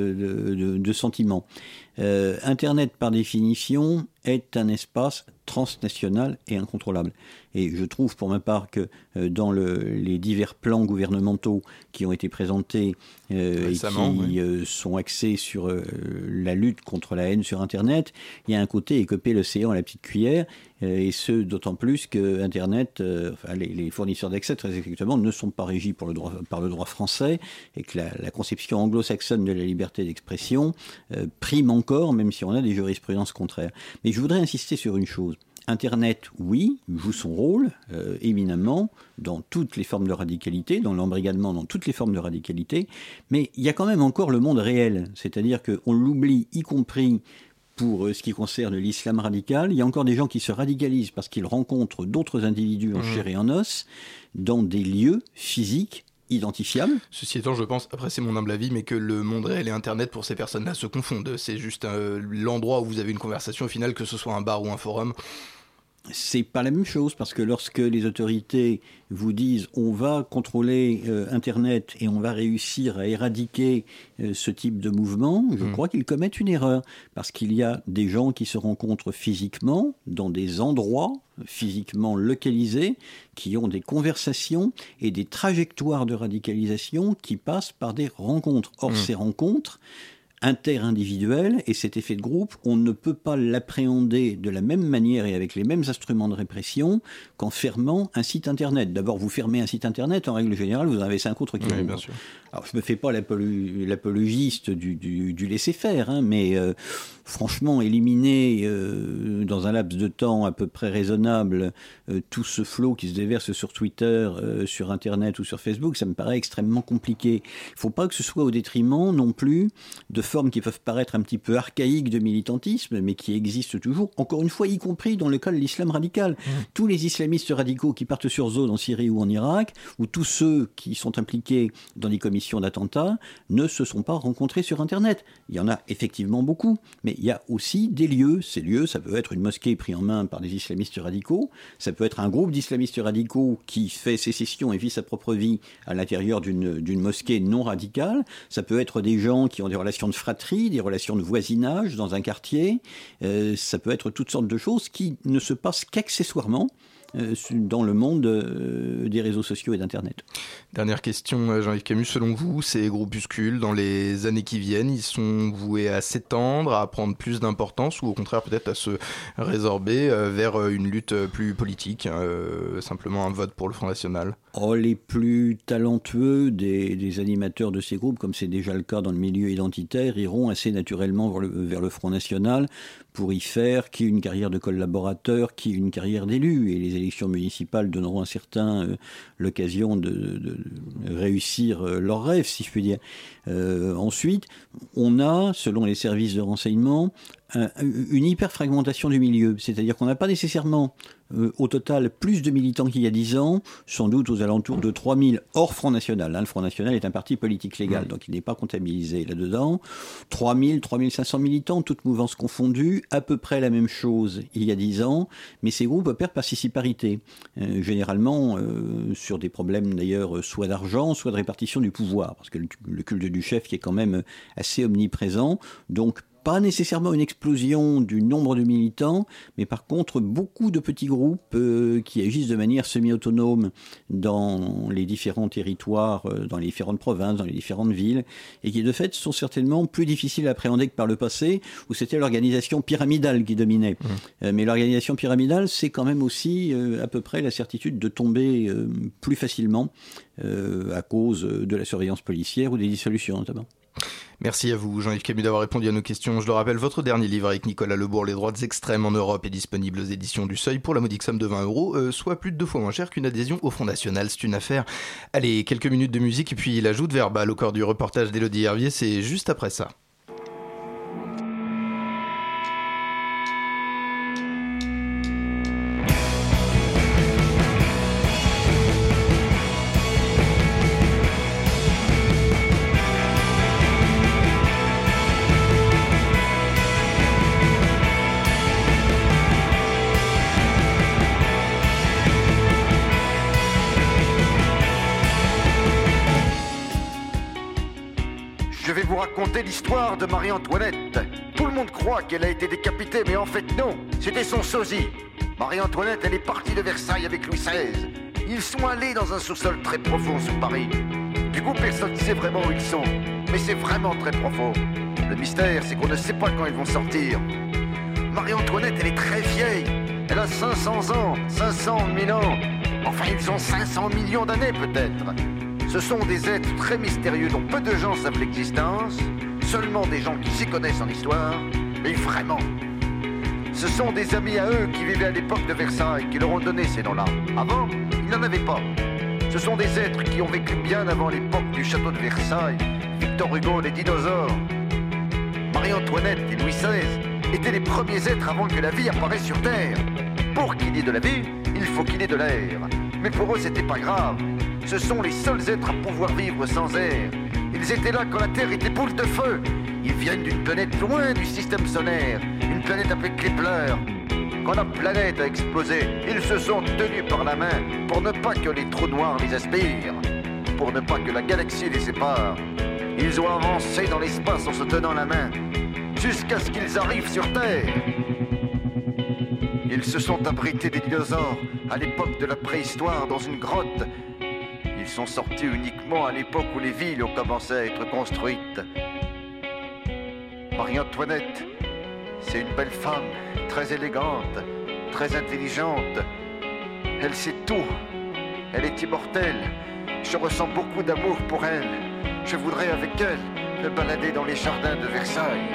de sentiments. Internet, par définition, est un espace transnational et incontrôlable. Et je trouve, pour ma part, que dans les divers plans gouvernementaux qui ont été présentés récemment, et qui sont axés sur la lutte contre la haine sur Internet, il y a un côté écoper l'océan à la petite cuillère, et ce, d'autant plus que Internet, les fournisseurs d'accès, très exactement, ne sont pas régis par le droit français, et que la conception anglo-saxonne de la liberté d'expression prime encore, même si on a des jurisprudences contraires. Mais je voudrais insister sur une chose. Internet, oui, joue son rôle éminemment dans toutes les formes de radicalité, dans l'embrigadement, dans toutes les formes de radicalité, mais il y a quand même encore le monde réel, c'est-à-dire qu'on l'oublie, y compris pour ce qui concerne l'islam radical. Il y a encore des gens qui se radicalisent parce qu'ils rencontrent d'autres individus en chair et en os dans des lieux physiques identifiables. Ceci étant, je pense, après c'est mon humble avis, mais que le monde réel et Internet pour ces personnes-là se confondent. C'est juste l'endroit où vous avez une conversation, au final, que ce soit un bar ou un forum. C'est pas la même chose, parce que lorsque les autorités vous disent on va contrôler Internet et on va réussir à éradiquer ce type de mouvement, je crois qu'ils commettent une erreur, parce qu'il y a des gens qui se rencontrent physiquement dans des endroits physiquement localisés, qui ont des conversations et des trajectoires de radicalisation qui passent par des rencontres. Or, ces rencontres interindividuel, et cet effet de groupe, on ne peut pas l'appréhender de la même manière et avec les mêmes instruments de répression qu'en fermant un site internet. D'abord, vous fermez un site internet, en règle générale, vous en avez 5 autres qui vont. Bien sûr. Alors, je ne me fais pas l'apologiste du laisser-faire, mais franchement, éliminer dans un laps de temps à peu près raisonnable tout ce flot qui se déverse sur Twitter, sur Internet ou sur Facebook, ça me paraît extrêmement compliqué. Il ne faut pas que ce soit au détriment non plus de formes qui peuvent paraître un petit peu archaïques de militantisme, mais qui existent toujours, encore une fois, y compris dans le cas de l'islam radical. Tous les islamistes radicaux qui partent sur zone en Syrie ou en Irak, ou tous ceux qui sont impliqués dans des commissions d'attentats, ne se sont pas rencontrés sur Internet. Il y en a effectivement beaucoup, mais il y a aussi des lieux. Ces lieux, ça peut être une mosquée prise en main par des islamistes radicaux, ça peut être un groupe d'islamistes radicaux qui fait sécession et vit sa propre vie à l'intérieur d'une mosquée non radicale, ça peut être des gens qui ont des relations de fratrie, des relations de voisinage dans un quartier, ça peut être toutes sortes de choses qui ne se passent qu'accessoirement dans le monde des réseaux sociaux et d'Internet. Dernière question, Jean-Yves Camus, selon vous, ces groupuscules, dans les années qui viennent, ils sont voués à s'étendre, à prendre plus d'importance ou au contraire peut-être à se résorber vers une lutte plus politique, simplement un vote pour le Front National ? Les plus talentueux des animateurs de ces groupes, comme c'est déjà le cas dans le milieu identitaire, iront assez naturellement vers le Front National pour y faire qui une carrière de collaborateur, qui une carrière d'élu. Et les élections municipales donneront à certains l'occasion de réussir leurs rêves, si je puis dire. Ensuite, on a, selon les services de renseignement, une hyper-fragmentation du milieu. C'est-à-dire qu'on n'a pas nécessairement au total plus de militants qu'il y a 10 ans, sans doute aux alentours de 3000 hors Front National. Le Front National est un parti politique légal, donc il n'est pas comptabilisé là-dedans. 3000, 3500 militants, toutes mouvances confondues, à peu près la même chose il y a 10 ans, mais ces groupes opèrent par scissiparité. Généralement, sur des problèmes d'ailleurs, soit d'argent, soit de répartition du pouvoir, parce que le culte du chef qui est quand même assez omniprésent, donc pas nécessairement une explosion du nombre de militants, mais par contre beaucoup de petits groupes qui agissent de manière semi-autonome dans les différents territoires, dans les différentes provinces, dans les différentes villes, et qui de fait sont certainement plus difficiles à appréhender que par le passé, où c'était l'organisation pyramidale qui dominait. Mais l'organisation pyramidale, c'est quand même aussi à peu près la certitude de tomber plus facilement à cause de la surveillance policière ou des dissolutions notamment. Merci à vous, Jean-Yves Camus, d'avoir répondu à nos questions. Je le rappelle, votre dernier livre avec Nicolas Lebourg, Les droites extrêmes en Europe, est disponible aux éditions du Seuil pour la modique somme de 20 €, soit plus de 2 fois moins cher qu'une adhésion au Front National. C'est une affaire. Allez, quelques minutes de musique et puis l'ajout de verbal au corps du reportage d'Élodie Hervier, c'est juste après ça. L'histoire de Marie-Antoinette. Tout le monde croit qu'elle a été décapitée, mais en fait non, c'était son sosie. Marie-Antoinette, elle est partie de Versailles avec Louis XVI. Ils sont allés dans un sous-sol très profond sous Paris. Du coup, personne ne sait vraiment où ils sont, mais c'est vraiment très profond. Le mystère, c'est qu'on ne sait pas quand ils vont sortir. Marie-Antoinette, elle est très vieille. Elle a 500 ans, 500 000 ans. Enfin, ils ont 500 millions d'années peut-être. Ce sont des êtres très mystérieux dont peu de gens savent l'existence, seulement des gens qui s'y connaissent en histoire, et vraiment. Ce sont des amis à eux qui vivaient à l'époque de Versailles qui leur ont donné ces noms-là. Avant, ils n'en avaient pas. Ce sont des êtres qui ont vécu bien avant l'époque du château de Versailles, Victor Hugo, les dinosaures. Marie-Antoinette et Louis XVI étaient les premiers êtres avant que la vie apparaisse sur Terre. Pour qu'il y ait de la vie, il faut qu'il y ait de l'air. Mais pour eux, c'était pas grave. Ce sont les seuls êtres à pouvoir vivre sans air. Ils étaient là quand la Terre était boule de feu. Ils viennent d'une planète loin du système solaire, une planète appelée Kepler. Quand la planète a explosé, ils se sont tenus par la main pour ne pas que les trous noirs les aspirent, pour ne pas que la galaxie les sépare. Ils ont avancé dans l'espace en se tenant la main, jusqu'à ce qu'ils arrivent sur Terre. Ils se sont abrités des dinosaures à l'époque de la préhistoire dans une grotte. Ils sont sortis uniquement à l'époque où les villes ont commencé à être construites. Marie-Antoinette, c'est une belle femme, très élégante, très intelligente. Elle sait tout. Elle est immortelle. Je ressens beaucoup d'amour pour elle. Je voudrais avec elle me balader dans les jardins de Versailles.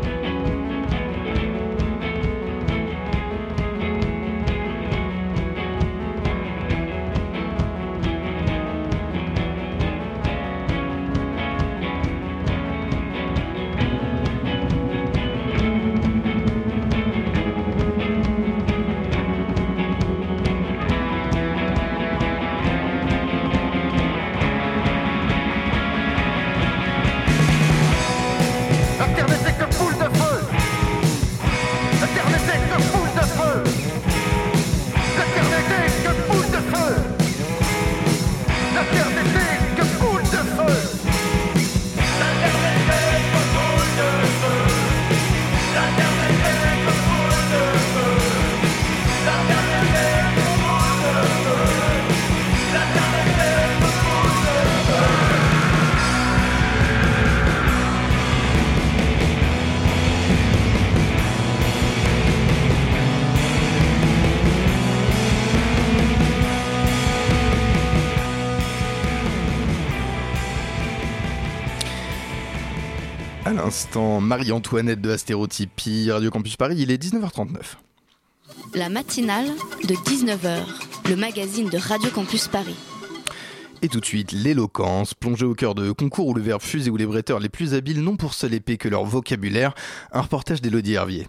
À l'instant, Marie-Antoinette de Astérotypie, Radio Campus Paris, il est 19h39. La matinale de 19h, le magazine de Radio Campus Paris. Et tout de suite, l'éloquence, plongée au cœur de concours où le verbe fuse et où les bretteurs les plus habiles n'ont pour seule épée que leur vocabulaire. Un reportage d'Élodie Hervier.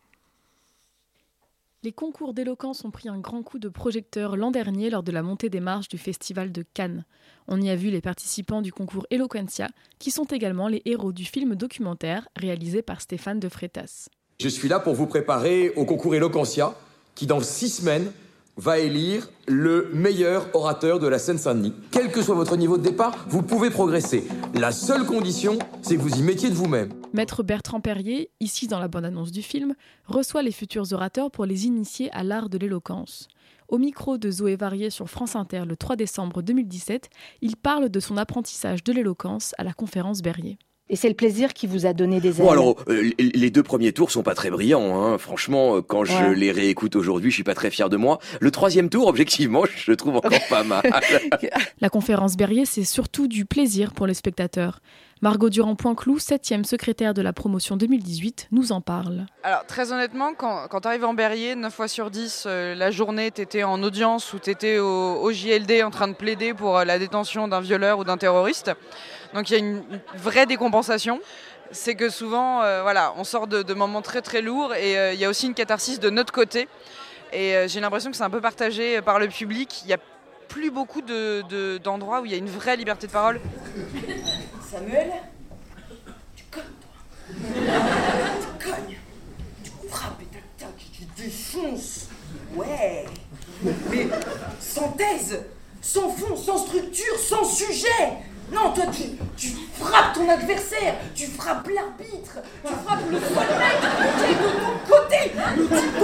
Les concours d'éloquence ont pris un grand coup de projecteur l'an dernier lors de la montée des marches du Festival de Cannes. On y a vu les participants du concours Eloquentia, qui sont également les héros du film documentaire réalisé par Stéphane de Freitas. Je suis là pour vous préparer au concours Eloquentia, qui dans 6 semaines va élire le meilleur orateur de la Seine-Saint-Denis. Quel que soit votre niveau de départ, vous pouvez progresser. La seule condition, c'est que vous y mettiez de vous-même. Maître Bertrand Perrier, ici dans la bande-annonce du film, reçoit les futurs orateurs pour les initier à l'art de l'éloquence. Au micro de Zoé Varier sur France Inter le 3 décembre 2017, il parle de son apprentissage de l'éloquence à la conférence Berrier. Et c'est le plaisir qui vous a donné des ailes. Bon alors, les 2 premiers tours sont pas très brillants, hein. Franchement, quand je les réécoute aujourd'hui, je suis pas très fier de moi. Le 3e tour, objectivement, je le trouve encore pas mal. La conférence Berrier, c'est surtout du plaisir pour les spectateurs. Margot Durand-Poinclou, 7e secrétaire de la promotion 2018, nous en parle. Alors très honnêtement, quand tu arrives en Berrier, 9 fois sur 10, la journée, tu étais en audience ou tu étais au JLD en train de plaider pour la détention d'un violeur ou d'un terroriste. Donc il y a une vraie décompensation. C'est que souvent, on sort de moments très très lourds et il y a aussi une catharsis de notre côté. Et j'ai l'impression que c'est un peu partagé par le public. Il n'y a plus beaucoup d'endroits où il y a une vraie liberté de parole. Samuel, tu cognes, toi. Tu cognes. Tu frappes et tac, tu défonces. Ouais. Mais sans thèse, sans fond, sans structure, sans sujet. Non, toi, tu frappes ton adversaire, tu frappes l'arbitre, tu frappes le seul mec qui est de ton côté. Le type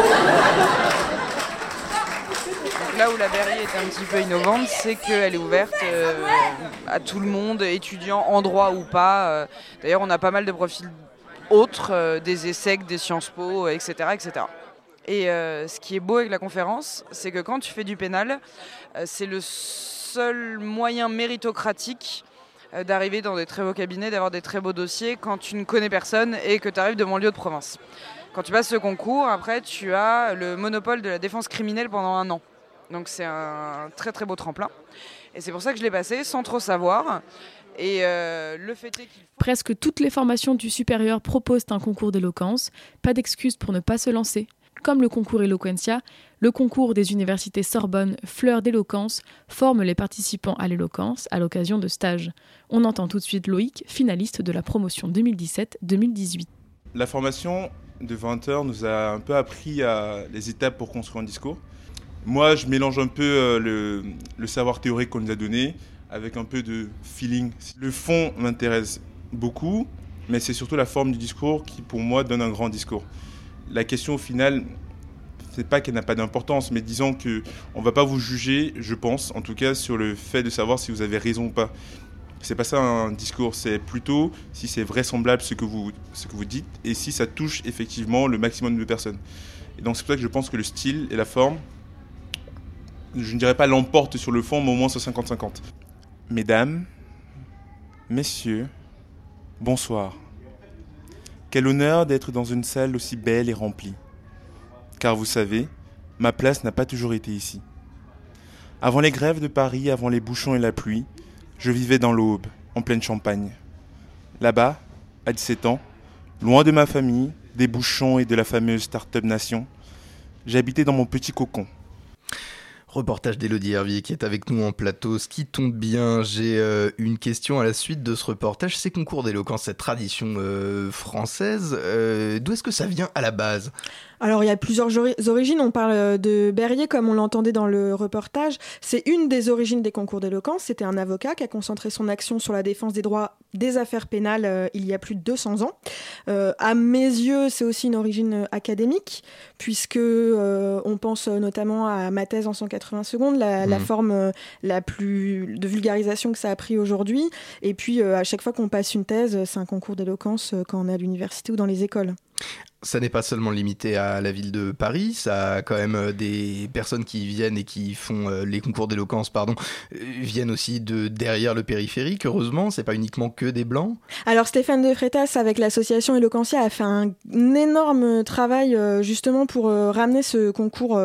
Donc là où la Berrier est un petit peu innovante, c'est qu'elle est ouverte à tout le monde, étudiants en droit ou pas. D'ailleurs, on a pas mal de profils autres, des ESSEC, des Sciences Po, etc. etc. Et ce qui est beau avec la conférence, c'est que quand tu fais du pénal, c'est le seul moyen méritocratique d'arriver dans des très beaux cabinets, d'avoir des très beaux dossiers quand tu ne connais personne et que tu arrives de banlieue de province. Quand tu passes ce concours, après, tu as le monopole de la défense criminelle pendant 1 an. Donc c'est un très très beau tremplin. Et c'est pour ça que je l'ai passé sans trop savoir. Et le fait est qu'il... Presque toutes les formations du supérieur proposent un concours d'éloquence. Pas d'excuse pour ne pas se lancer. Comme le concours Eloquentia, le concours des universités Sorbonne Fleur d'éloquence forme les participants à l'éloquence à l'occasion de stages. On entend tout de suite Loïc, finaliste de la promotion 2017-2018. La formation de 20 heures nous a un peu appris les étapes pour construire un discours. Moi, je mélange un peu le savoir théorique qu'on nous a donné avec un peu de feeling. Le fond m'intéresse beaucoup, mais c'est surtout la forme du discours qui, pour moi, donne un grand discours. La question, au final, c'est pas qu'elle n'a pas d'importance, mais disons qu'on ne va pas vous juger, je pense, en tout cas, sur le fait de savoir si vous avez raison ou pas. C'est pas ça un discours, c'est plutôt si c'est vraisemblable ce que vous dites et si ça touche effectivement le maximum de personnes. Et donc c'est pour ça que je pense que le style et la forme, je ne dirais pas l'emporte sur le fond, mais au moins sur 50-50. Mesdames, messieurs, bonsoir. Quel honneur d'être dans une salle aussi belle et remplie. Car vous savez, ma place n'a pas toujours été ici. Avant les grèves de Paris, avant les bouchons et la pluie, je vivais dans l'Aube, en pleine Champagne. Là-bas, à 17 ans, loin de ma famille, des bouchons et de la fameuse Start-up Nation, j'habitais dans mon petit cocon. Reportage d'Élodie Hervier qui est avec nous en plateau, ce qui tombe bien. J'ai une question à la suite de ce reportage. Ces concours d'éloquence, cette tradition française, d'où est-ce que ça vient à la base ? Alors il y a plusieurs origines, on parle de Berrier comme on l'entendait dans le reportage, c'est une des origines des concours d'éloquence, c'était un avocat qui a concentré son action sur la défense des droits des affaires pénales il y a plus de 200 ans. À mes yeux, c'est aussi une origine académique, puisque on pense notamment à ma thèse en 180 secondes, la forme la plus de vulgarisation que ça a pris aujourd'hui, et puis à chaque fois qu'on passe une thèse, c'est un concours d'éloquence quand on est à l'université ou dans les écoles. Ça n'est pas seulement limité à la ville de Paris, ça a quand même des personnes qui viennent et qui font les concours d'éloquence, viennent aussi de derrière le périphérique, heureusement, c'est pas uniquement que des blancs. Alors Stéphane de Freitas avec l'association Eloquentia a fait un énorme travail justement pour ramener ce concours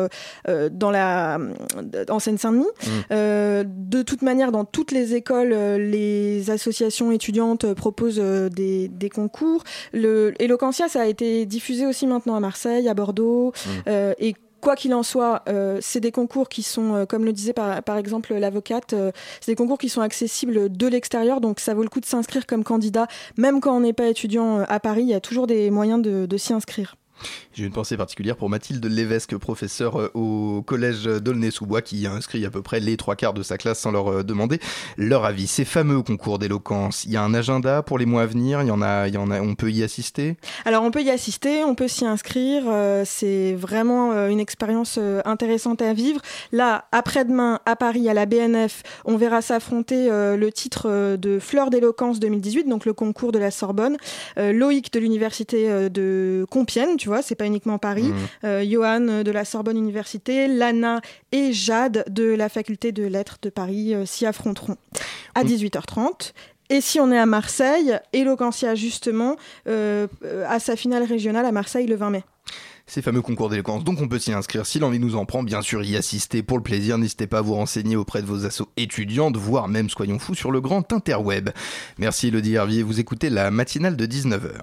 en Seine-Saint-Denis. De toute manière, dans toutes les écoles, les associations étudiantes proposent des concours. Eloquentia, ça a été diffusé aussi maintenant à Marseille, à Bordeaux, et quoi qu'il en soit, c'est des concours qui sont, comme le disait par exemple l'avocate, c'est des concours qui sont accessibles de l'extérieur, donc ça vaut le coup de s'inscrire comme candidat, même quand on n'est pas étudiant à Paris, il y a toujours des moyens de s'y inscrire. J'ai une pensée particulière pour Mathilde Lévesque, professeure au collège d'Aulnay-sous-Bois, qui a inscrit à peu près les 3/4 de sa classe sans leur demander leur avis. Ces fameux concours d'éloquence, il y a un agenda pour les mois à venir, il y en a, on peut y assister ? Alors on peut y assister, on peut s'y inscrire, c'est vraiment une expérience intéressante à vivre. Là, après-demain, à Paris, à la BNF, on verra s'affronter le titre de Fleur d'éloquence 2018, donc le concours de la Sorbonne, Loïc de l'université de Compiègne, tu vois, c'est pas uniquement Paris, Johan de la Sorbonne Université, Lana et Jade de la faculté de lettres de Paris s'y affronteront à 18h30. Et si on est à Marseille, Eloquentia justement à sa finale régionale à Marseille le 20 mai. Ces fameux concours d'éloquence, donc on peut s'y inscrire si l'envie nous en prend, bien sûr y assister pour le plaisir, n'hésitez pas à vous renseigner auprès de vos assos étudiantes, voire même, soyons fous, sur le grand interweb. Merci Elodie Hervier, vous écoutez la matinale de 19h.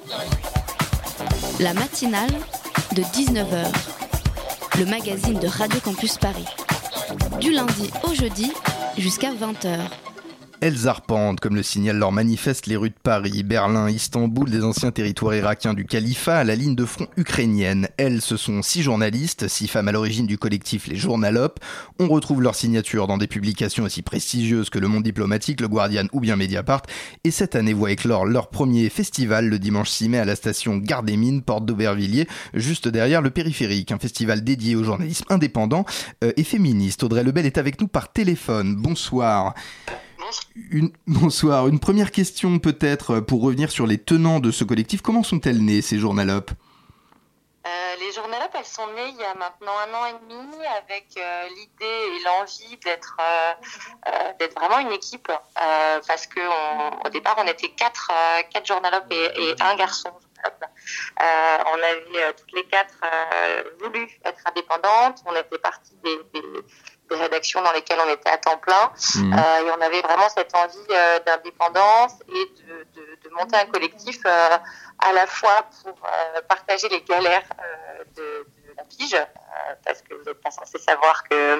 La matinale de 19h, le magazine de Radio Campus Paris. Du lundi au jeudi jusqu'à 20h. Elles arpentent, comme le signalent leur manifeste, les rues de Paris, Berlin, Istanbul, des anciens territoires irakiens du califat à la ligne de front ukrainienne. Elles, ce sont 6 journalistes, 6 femmes à l'origine du collectif Les Journalopes. On retrouve leur signature dans des publications aussi prestigieuses que Le Monde Diplomatique, Le Guardian ou bien Mediapart. Et cette année voit éclore leur premier festival le dimanche 6 mai à la station Gare des Mines, porte d'Aubervilliers, juste derrière le périphérique. Un festival dédié au journalisme indépendant et féministe. Audrey Lebel est avec nous par téléphone. Bonsoir. Bonsoir. Une première question peut-être pour revenir sur les tenants de ce collectif. Comment sont-elles nées, ces journalopes ? Les journalopes, elles sont nées il y a maintenant 1 an et demi avec l'idée et l'envie d'être vraiment une équipe parce que au départ on était 4 journalopes et un garçon. On avait toutes les 4 voulu être indépendantes. On était partie des rédactions dans lesquelles on était à temps plein et on avait vraiment cette envie d'indépendance et de monter un collectif à la fois pour partager les galères de la pige parce que vous n'êtes pas censé savoir que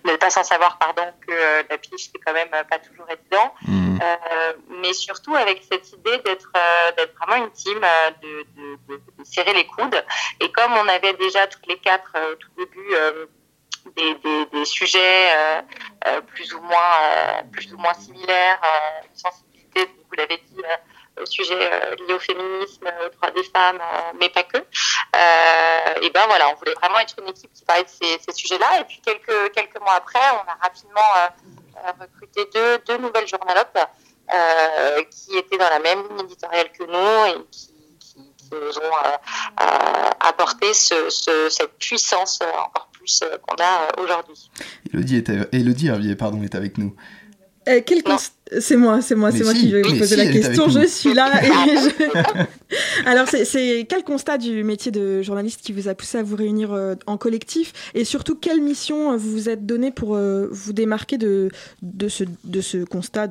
la pige c'est quand même pas toujours évident mais surtout avec cette idée d'être vraiment une team, de serrer les coudes. Et comme on avait déjà toutes les 4 au tout début des sujets plus ou moins similaires, une sensibilité, vous l'avez dit, sujet lié au féminisme, aux droits des femmes, mais pas que. Et ben voilà, on voulait vraiment être une équipe qui parlait de ces sujets-là. Et puis quelques mois après, on a rapidement recruté deux nouvelles journalopes qui étaient dans la même ligne éditoriale que nous et qui nous ont apporté cette puissance encore plus qu'on a aujourd'hui. Elodie Hervier, est avec nous. C'est moi qui vais vous poser la question. Je suis là. Alors, c'est quel constat du métier de journaliste qui vous a poussé à vous réunir en collectif et surtout quelle mission vous vous êtes donnée pour vous démarquer de ce constat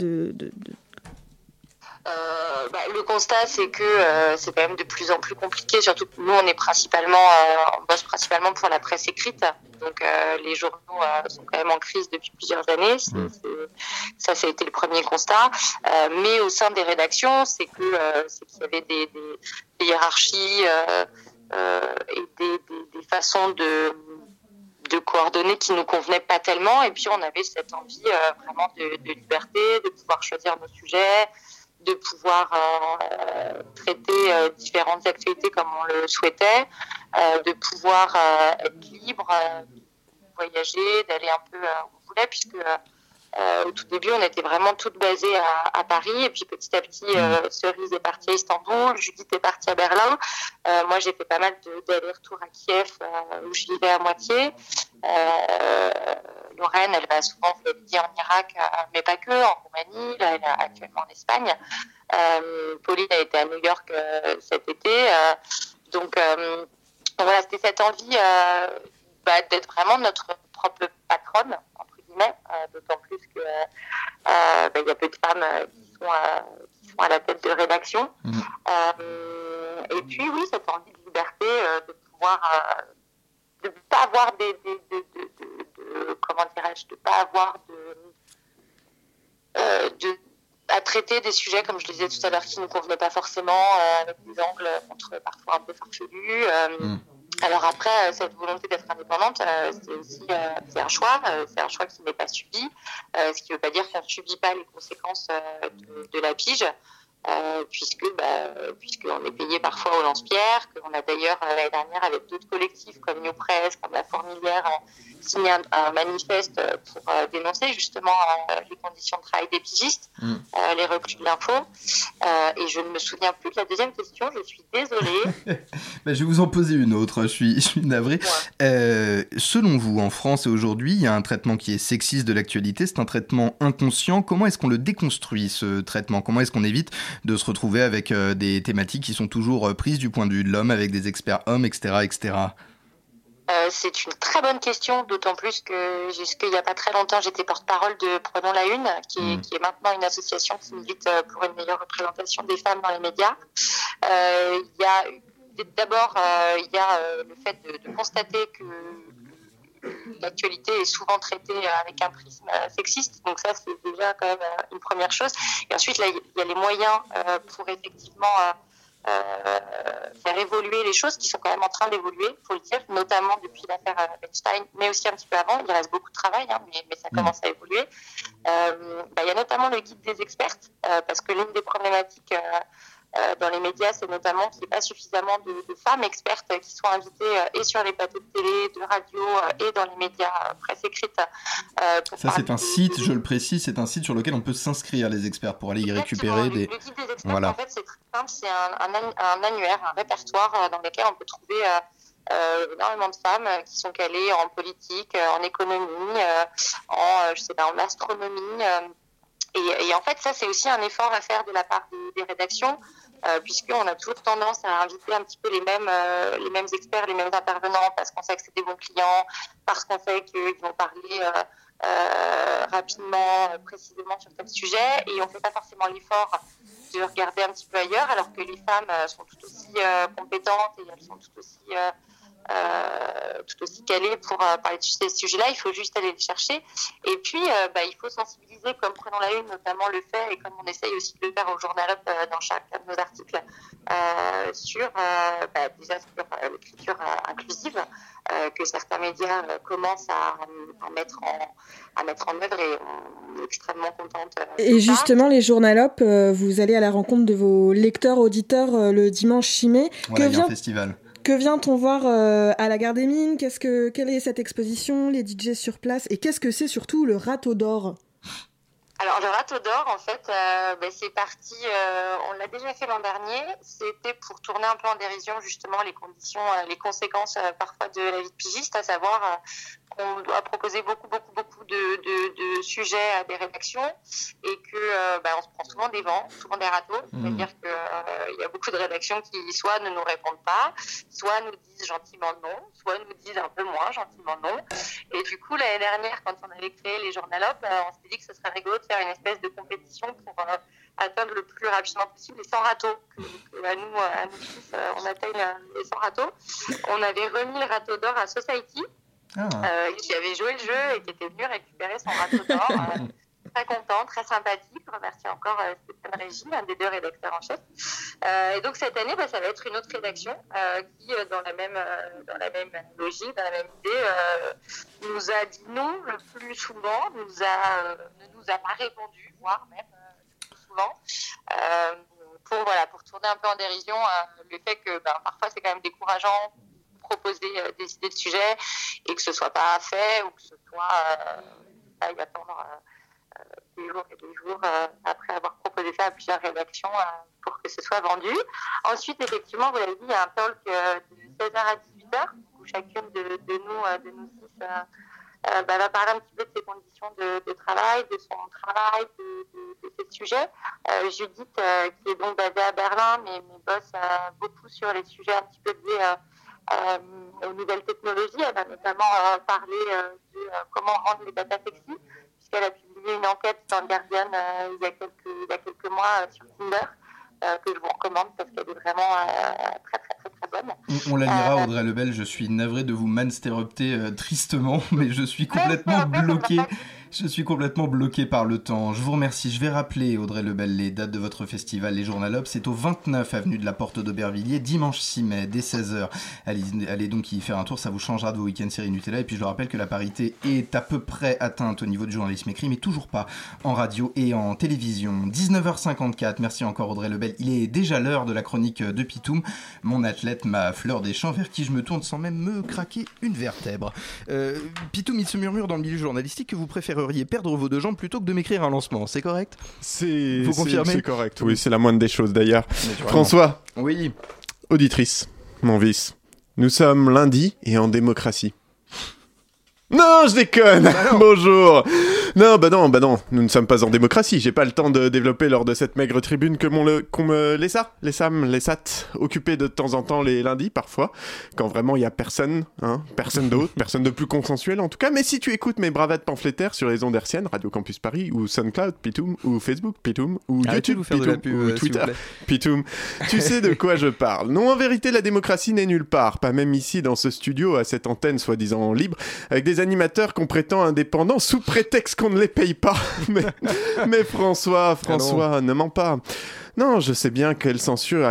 le constat, c'est que c'est quand même de plus en plus compliqué. Surtout que nous, on bosse principalement pour la presse écrite. Donc, les journaux sont quand même en crise depuis plusieurs années. Ça a été le premier constat. Mais au sein des rédactions, c'est qu'il y avait des hiérarchies et des façons de coordonner qui nous convenaient pas tellement. Et puis, on avait cette envie vraiment de liberté, de pouvoir choisir nos sujets, de pouvoir traiter différentes actualités comme on le souhaitait, de pouvoir être libre, voyager, d'aller un peu où on voulait, puisque au tout début, on était vraiment toutes basées à Paris, et puis petit à petit, Cerise est partie à Istanbul, Judith est partie à Berlin. Moi, j'ai fait pas mal d'allers-retours à Kiev, où je vivais à moitié. Lorraine, elle va souvent, vous l'avez dit, en Irak, mais pas que, en Roumanie, là, elle est actuellement en Espagne. Pauline a été à New York cet été. Donc, voilà, c'était cette envie d'être vraiment notre propre patronne, entre guillemets, d'autant plus que y a peu de femmes qui sont à la tête de rédaction. Et puis, oui, cette envie de liberté, de pouvoir... de ne pas avoir comment dirais-je, de pas avoir à traité des sujets, comme je le disais tout à l'heure, qui ne nous convenaient pas forcément, avec des angles parfois un peu farfelus. Alors après, cette volonté d'être indépendante, c'est un choix qui n'est pas subi, ce qui ne veut pas dire qu'on ne subit pas les conséquences de la pige. Puisqu'on est payé parfois au lance-pierre, qu'on a d'ailleurs l'année dernière avec d'autres collectifs comme New Press, comme La Fourmilière, signé un manifeste pour dénoncer justement les conditions de travail des pigistes, les reclus de l'info. Et je ne me souviens plus de la deuxième question, je suis désolée. Je vais vous en poser une autre, je suis navré. Ouais. Selon vous, en France et aujourd'hui, il y a un traitement qui est sexiste de l'actualité, c'est un traitement inconscient. Comment est-ce qu'on le déconstruit, ce traitement ? Comment est-ce qu'on évite de se retrouver avec des thématiques qui sont toujours prises du point de vue de l'homme, avec des experts hommes, etc. etc. C'est une très bonne question, d'autant plus que jusqu'il n'y a pas très longtemps, j'étais porte-parole de Prenons la Une, qui est maintenant une association qui milite pour une meilleure représentation des femmes dans les médias. Il y a le fait de constater que l'actualité est souvent traitée avec un prisme sexiste, donc ça c'est déjà quand même une première chose. Et ensuite là, il y a les moyens pour effectivement faire évoluer les choses qui sont quand même en train d'évoluer, il faut le dire, notamment depuis l'affaire Weinstein, mais aussi un petit peu avant. Il reste beaucoup de travail, mais ça commence à évoluer. Il y a notamment le guide des expertes, parce que l'une des problématiques dans les médias, c'est notamment qu'il n'y ait pas suffisamment de femmes expertes qui soient invitées et sur les plateaux de télé, de radio et dans les médias presse écrite. Ça, c'est un site, je le précise, c'est un site sur lequel on peut s'inscrire, les experts, pour aller y récupérer des... Le guide des experts, en fait, c'est très simple, c'est un annuaire, un répertoire dans lequel on peut trouver énormément de femmes qui sont calées en politique, en économie, en astronomie... Et en fait, ça, c'est aussi un effort à faire de la part des rédactions, puisqu'on a toujours tendance à inviter un petit peu les mêmes experts, les mêmes intervenants, parce qu'on sait que c'est des bons clients, parce qu'on sait qu'ils vont parler rapidement, précisément sur tel sujet, et on ne fait pas forcément l'effort de regarder un petit peu ailleurs, alors que les femmes sont tout aussi compétentes et elles sont tout aussi calées pour parler de ces sujets-là. Il faut juste aller les chercher. Et puis, il faut sensibiliser, comme Prenons la Une, notamment le fait, et comme on essaye aussi de le faire au Journal Up dans chacun de nos articles, sur l'écriture inclusive, que certains médias commencent à mettre en œuvre, et on est extrêmement contente. Et justement, les Journal Up, vous allez à la rencontre de vos lecteurs, auditeurs le dimanche 6 mai. Voilà, il y a un festival. Que vient-on voir à la Gare des Mines ? Quelle est cette exposition, les DJ sur place, et qu'est-ce que c'est surtout le Râteau d'Or ? Alors le Râteau d'Or, en fait, c'est parti, on l'a déjà fait l'an dernier, c'était pour tourner un peu en dérision justement les conséquences parfois de la vie de pigiste, à savoir qu'on doit proposer beaucoup de sujets à des rédactions et que on se prend souvent des vents, souvent des râteaux, c'est-à-dire qu'il y a beaucoup de rédactions qui soit ne nous répondent pas, soit nous disent gentiment non, soit nous disent un peu moins gentiment non. Et du coup, l'année dernière, quand on avait créé les Journal Up, on s'est dit que ce serait rigolo de faire une espèce de compétition pour atteindre le plus rapidement possible les 100 râteaux. À nous tous, on atteigne les 100 râteaux. On avait remis le Râteau d'Or à Society, qui avait joué le jeu et qui était venu récupérer son Râteau d'Or. Très content, très sympathique. Remercie encore Stéphane Régis, un des 2 rédacteurs en chef. Et donc cette année, ça va être une autre rédaction qui, dans la même logique, dans la même idée, nous a dit non le plus souvent, ne nous a pas répondu, voire même plus souvent. Pour tourner un peu en dérision le fait que parfois c'est quand même décourageant proposer des idées de sujets et que ce soit pas fait ou que ce soit y attendre des jours et des jours après avoir proposé ça à plusieurs rédactions pour que ce soit vendu. Ensuite, effectivement, vous l'avez dit, il y a un talk de 16h à 18h où chacune de nous 6 va parler un petit peu de ses conditions de travail, de son travail, de ses sujets. Judith, qui est donc basée à Berlin, mais bosse beaucoup sur les sujets un petit peu liés aux nouvelles technologies. Elle va notamment parler de comment rendre les data sexy, puisqu'elle a publié une enquête dans le Guardian il y a quelques mois sur Tinder, que je vous recommande parce qu'elle est vraiment très très très très bonne. On la lira, Audrey Lebel. Je suis navré de vous manstéropter tristement, mais je suis complètement bloqué Je suis complètement bloqué par le temps. Je vous remercie. Je vais rappeler, Audrey Lebel, les dates de votre festival Les Journalopes. C'est au 29 avenue de la Porte d'Aubervilliers, dimanche 6 mai, dès 16h. Allez donc y faire un tour, ça vous changera de vos week-ends série Nutella. Et puis je le rappelle que la parité est à peu près atteinte au niveau du journalisme écrit, mais toujours pas en radio et en télévision. 19h54, merci encore Audrey Lebel. Il est déjà l'heure de la chronique de Pitoum, mon athlète, ma fleur des champs, vers qui je me tourne sans même me craquer une vertèbre. Pitoum, il se murmure dans le milieu journalistique que vous préféreriez perdre vos deux jambes plutôt que de m'écrire un lancement, c'est correct ? Vous confirmez ? C'est correct, oui, c'est la moindre des choses d'ailleurs. François. Oui. Auditrice, mon vice. Nous sommes lundi et en démocratie. Non, je déconne. Bonjour. Non, bah non, nous ne sommes pas en démocratie. J'ai pas le temps de développer lors de cette maigre tribune qu'on me laissat, occupé de temps en temps les lundis, parfois, quand vraiment il y a personne d'autre, personne de plus consensuel en tout cas. Mais si tu écoutes mes bravades pamphlétaires sur les ondes hertziennes, Radio Campus Paris, ou SoundCloud, Pitoum, ou Facebook, Pitoum, ou YouTube, Pitoum, ou Twitter, Pitoum, tu sais de quoi je parle. Non, en vérité, la démocratie n'est nulle part, pas même ici dans ce studio, à cette antenne soi-disant libre, avec des animateurs qu'on prétend indépendants sous prétexte qu'on ne les paye pas. Mais François, ne mens pas. Non, je sais bien à quelle censure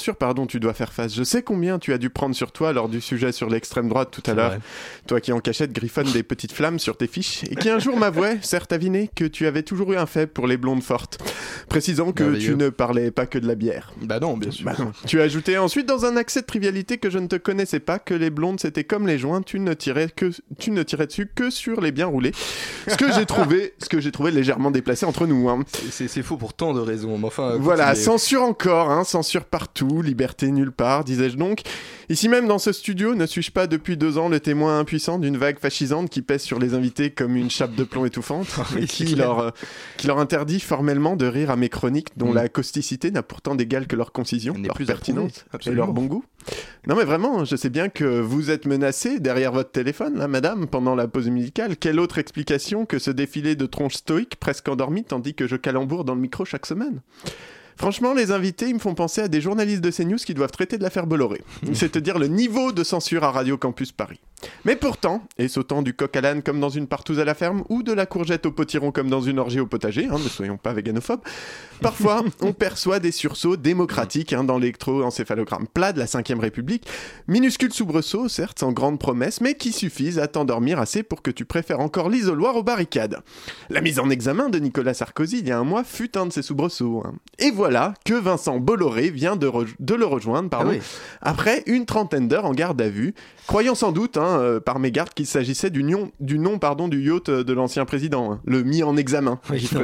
tu dois faire face. Je sais combien tu as dû prendre sur toi lors du sujet sur l'extrême droite tout à l'heure. Vrai. Toi qui en cachette griffonne des petites flammes sur tes fiches et qui un jour m'avouait, certes aviné, que tu avais toujours eu un faible pour les blondes fortes. Précisant que tu ne parlais pas que de la bière. Bah non, bien sûr. Non. Tu as ajouté ensuite dans un accès de trivialité que je ne te connaissais pas que les blondes c'était comme les joints, tu ne tirais dessus que sur les bien roulés. Ce que j'ai trouvé légèrement déplacé entre nous. Hein. C'est faux pour tant de raisons. Mais enfin, voilà. Censure encore, censure partout, liberté nulle part, disais-je donc. Ici même dans ce studio, ne suis-je pas depuis 2 ans le témoin impuissant d'une vague fascisante qui pèse sur les invités comme une chape de plomb étouffante et qui leur interdit formellement de rire à mes chroniques dont la causticité n'a pourtant d'égal que leur concision, leur pertinence et leur bon goût. Non mais vraiment, je sais bien que vous êtes menacée derrière votre téléphone, là, madame, pendant la pause musicale. Quelle autre explication que ce défilé de tronches stoïques presque endormies tandis que je calemboure dans le micro chaque semaine ? Franchement, les invités, ils me font penser à des journalistes de CNews qui doivent traiter de l'affaire Bolloré. C'est te dire le niveau de censure à Radio Campus Paris. Mais pourtant, et sautant du coq à l'âne comme dans une partouze à la ferme, ou de la courgette au potiron comme dans une orgie au potager, ne soyons pas véganophobes, parfois on perçoit des sursauts démocratiques dans l'électroencéphalogramme plat de la 5ème République, minuscules soubresauts, certes sans grande promesse, mais qui suffisent à t'endormir assez pour que tu préfères encore l'isoloir aux barricades. La mise en examen de Nicolas Sarkozy il y a un mois fut un de ces soubresauts. Et voilà que Vincent Bolloré vient de le rejoindre après une trentaine d'heures en garde à vue, croyant sans doute par mégarde qu'il s'agissait du nom du yacht de l'ancien président, le mis en examen,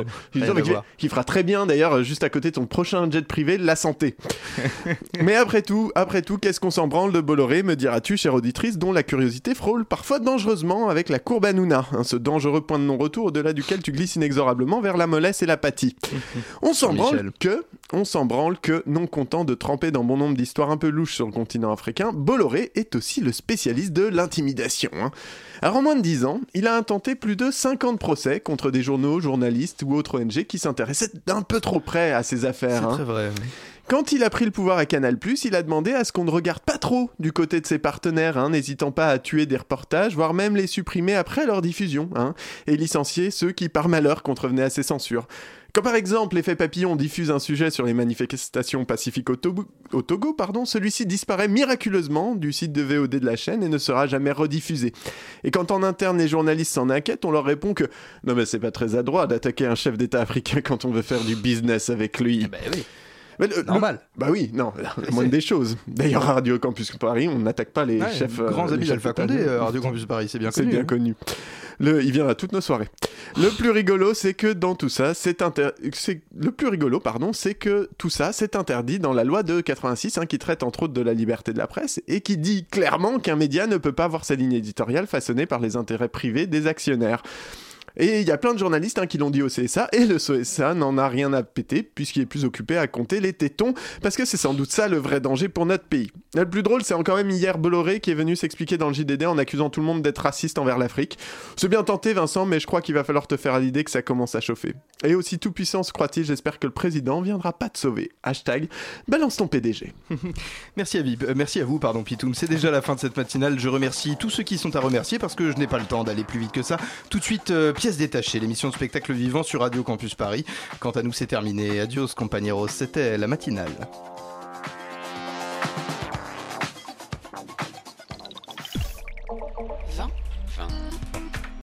qui fera très bien d'ailleurs juste à côté de son prochain jet privé, la santé. Mais après tout, qu'est-ce qu'on s'en branle de Bolloré, me diras-tu, chère auditrice, dont la curiosité frôle parfois dangereusement avec la courbe Hanouna, ce dangereux point de non-retour au-delà duquel tu glisses inexorablement vers la mollesse et l'apathie. On s'en branle que, non content de tremper dans bon nombre d'histoires un peu louches sur le continent africain, Bolloré est aussi le spécialiste de l'intimidation. Alors en moins de 10 ans, il a intenté plus de 50 procès contre des journaux, journalistes ou autres ONG qui s'intéressaient d'un peu trop près à ces affaires. C'est très vrai. Quand il a pris le pouvoir à Canal+, il a demandé à ce qu'on ne regarde pas trop du côté de ses partenaires, n'hésitant pas à tuer des reportages, voire même les supprimer après leur diffusion, et licencier ceux qui par malheur contrevenaient à ces censures. Quand par exemple l'effet papillon diffuse un sujet sur les manifestations pacifiques au Togo, celui-ci disparaît miraculeusement du site de VOD de la chaîne et ne sera jamais rediffusé. Et quand en interne les journalistes s'en inquiètent, on leur répond que non mais c'est pas très adroit d'attaquer un chef d'État africain quand on veut faire du business avec lui. Oui. Normal. Bah oui, non, la moindre des choses. D'ailleurs, à Radio Campus Paris, on n'attaque pas les chefs. Grands amis d'Alpha Condé, Radio Campus Paris, c'est bien connu. C'est bien connu. Il vient à toutes nos soirées. Le plus rigolo, c'est que dans tout ça, c'est que tout ça, c'est interdit dans la loi de 86, qui traite entre autres de la liberté de la presse et qui dit clairement qu'un média ne peut pas avoir sa ligne éditoriale façonnée par les intérêts privés des actionnaires. Et il y a plein de journalistes qui l'ont dit au CSA, et le CSA n'en a rien à péter, puisqu'il est plus occupé à compter les tétons, parce que c'est sans doute ça le vrai danger pour notre pays. Le plus drôle, c'est encore même hier Bolloré qui est venu s'expliquer dans le JDD en accusant tout le monde d'être raciste envers l'Afrique. C'est bien tenté Vincent, mais je crois qu'il va falloir te faire à l'idée que ça commence à chauffer. Et aussi tout puissant se croit-il, j'espère que le président viendra pas te sauver. #balance ton PDG. Merci à vous, Pitoum. C'est déjà la fin de cette matinale. Je remercie tous ceux qui sont à remercier parce que je n'ai pas le temps d'aller plus vite que ça. Tout de suite, pièce Pièces détachées, l'émission de spectacle vivant sur Radio Campus Paris. Quant à nous, c'est terminé. Adios, compañeros, c'était la matinale.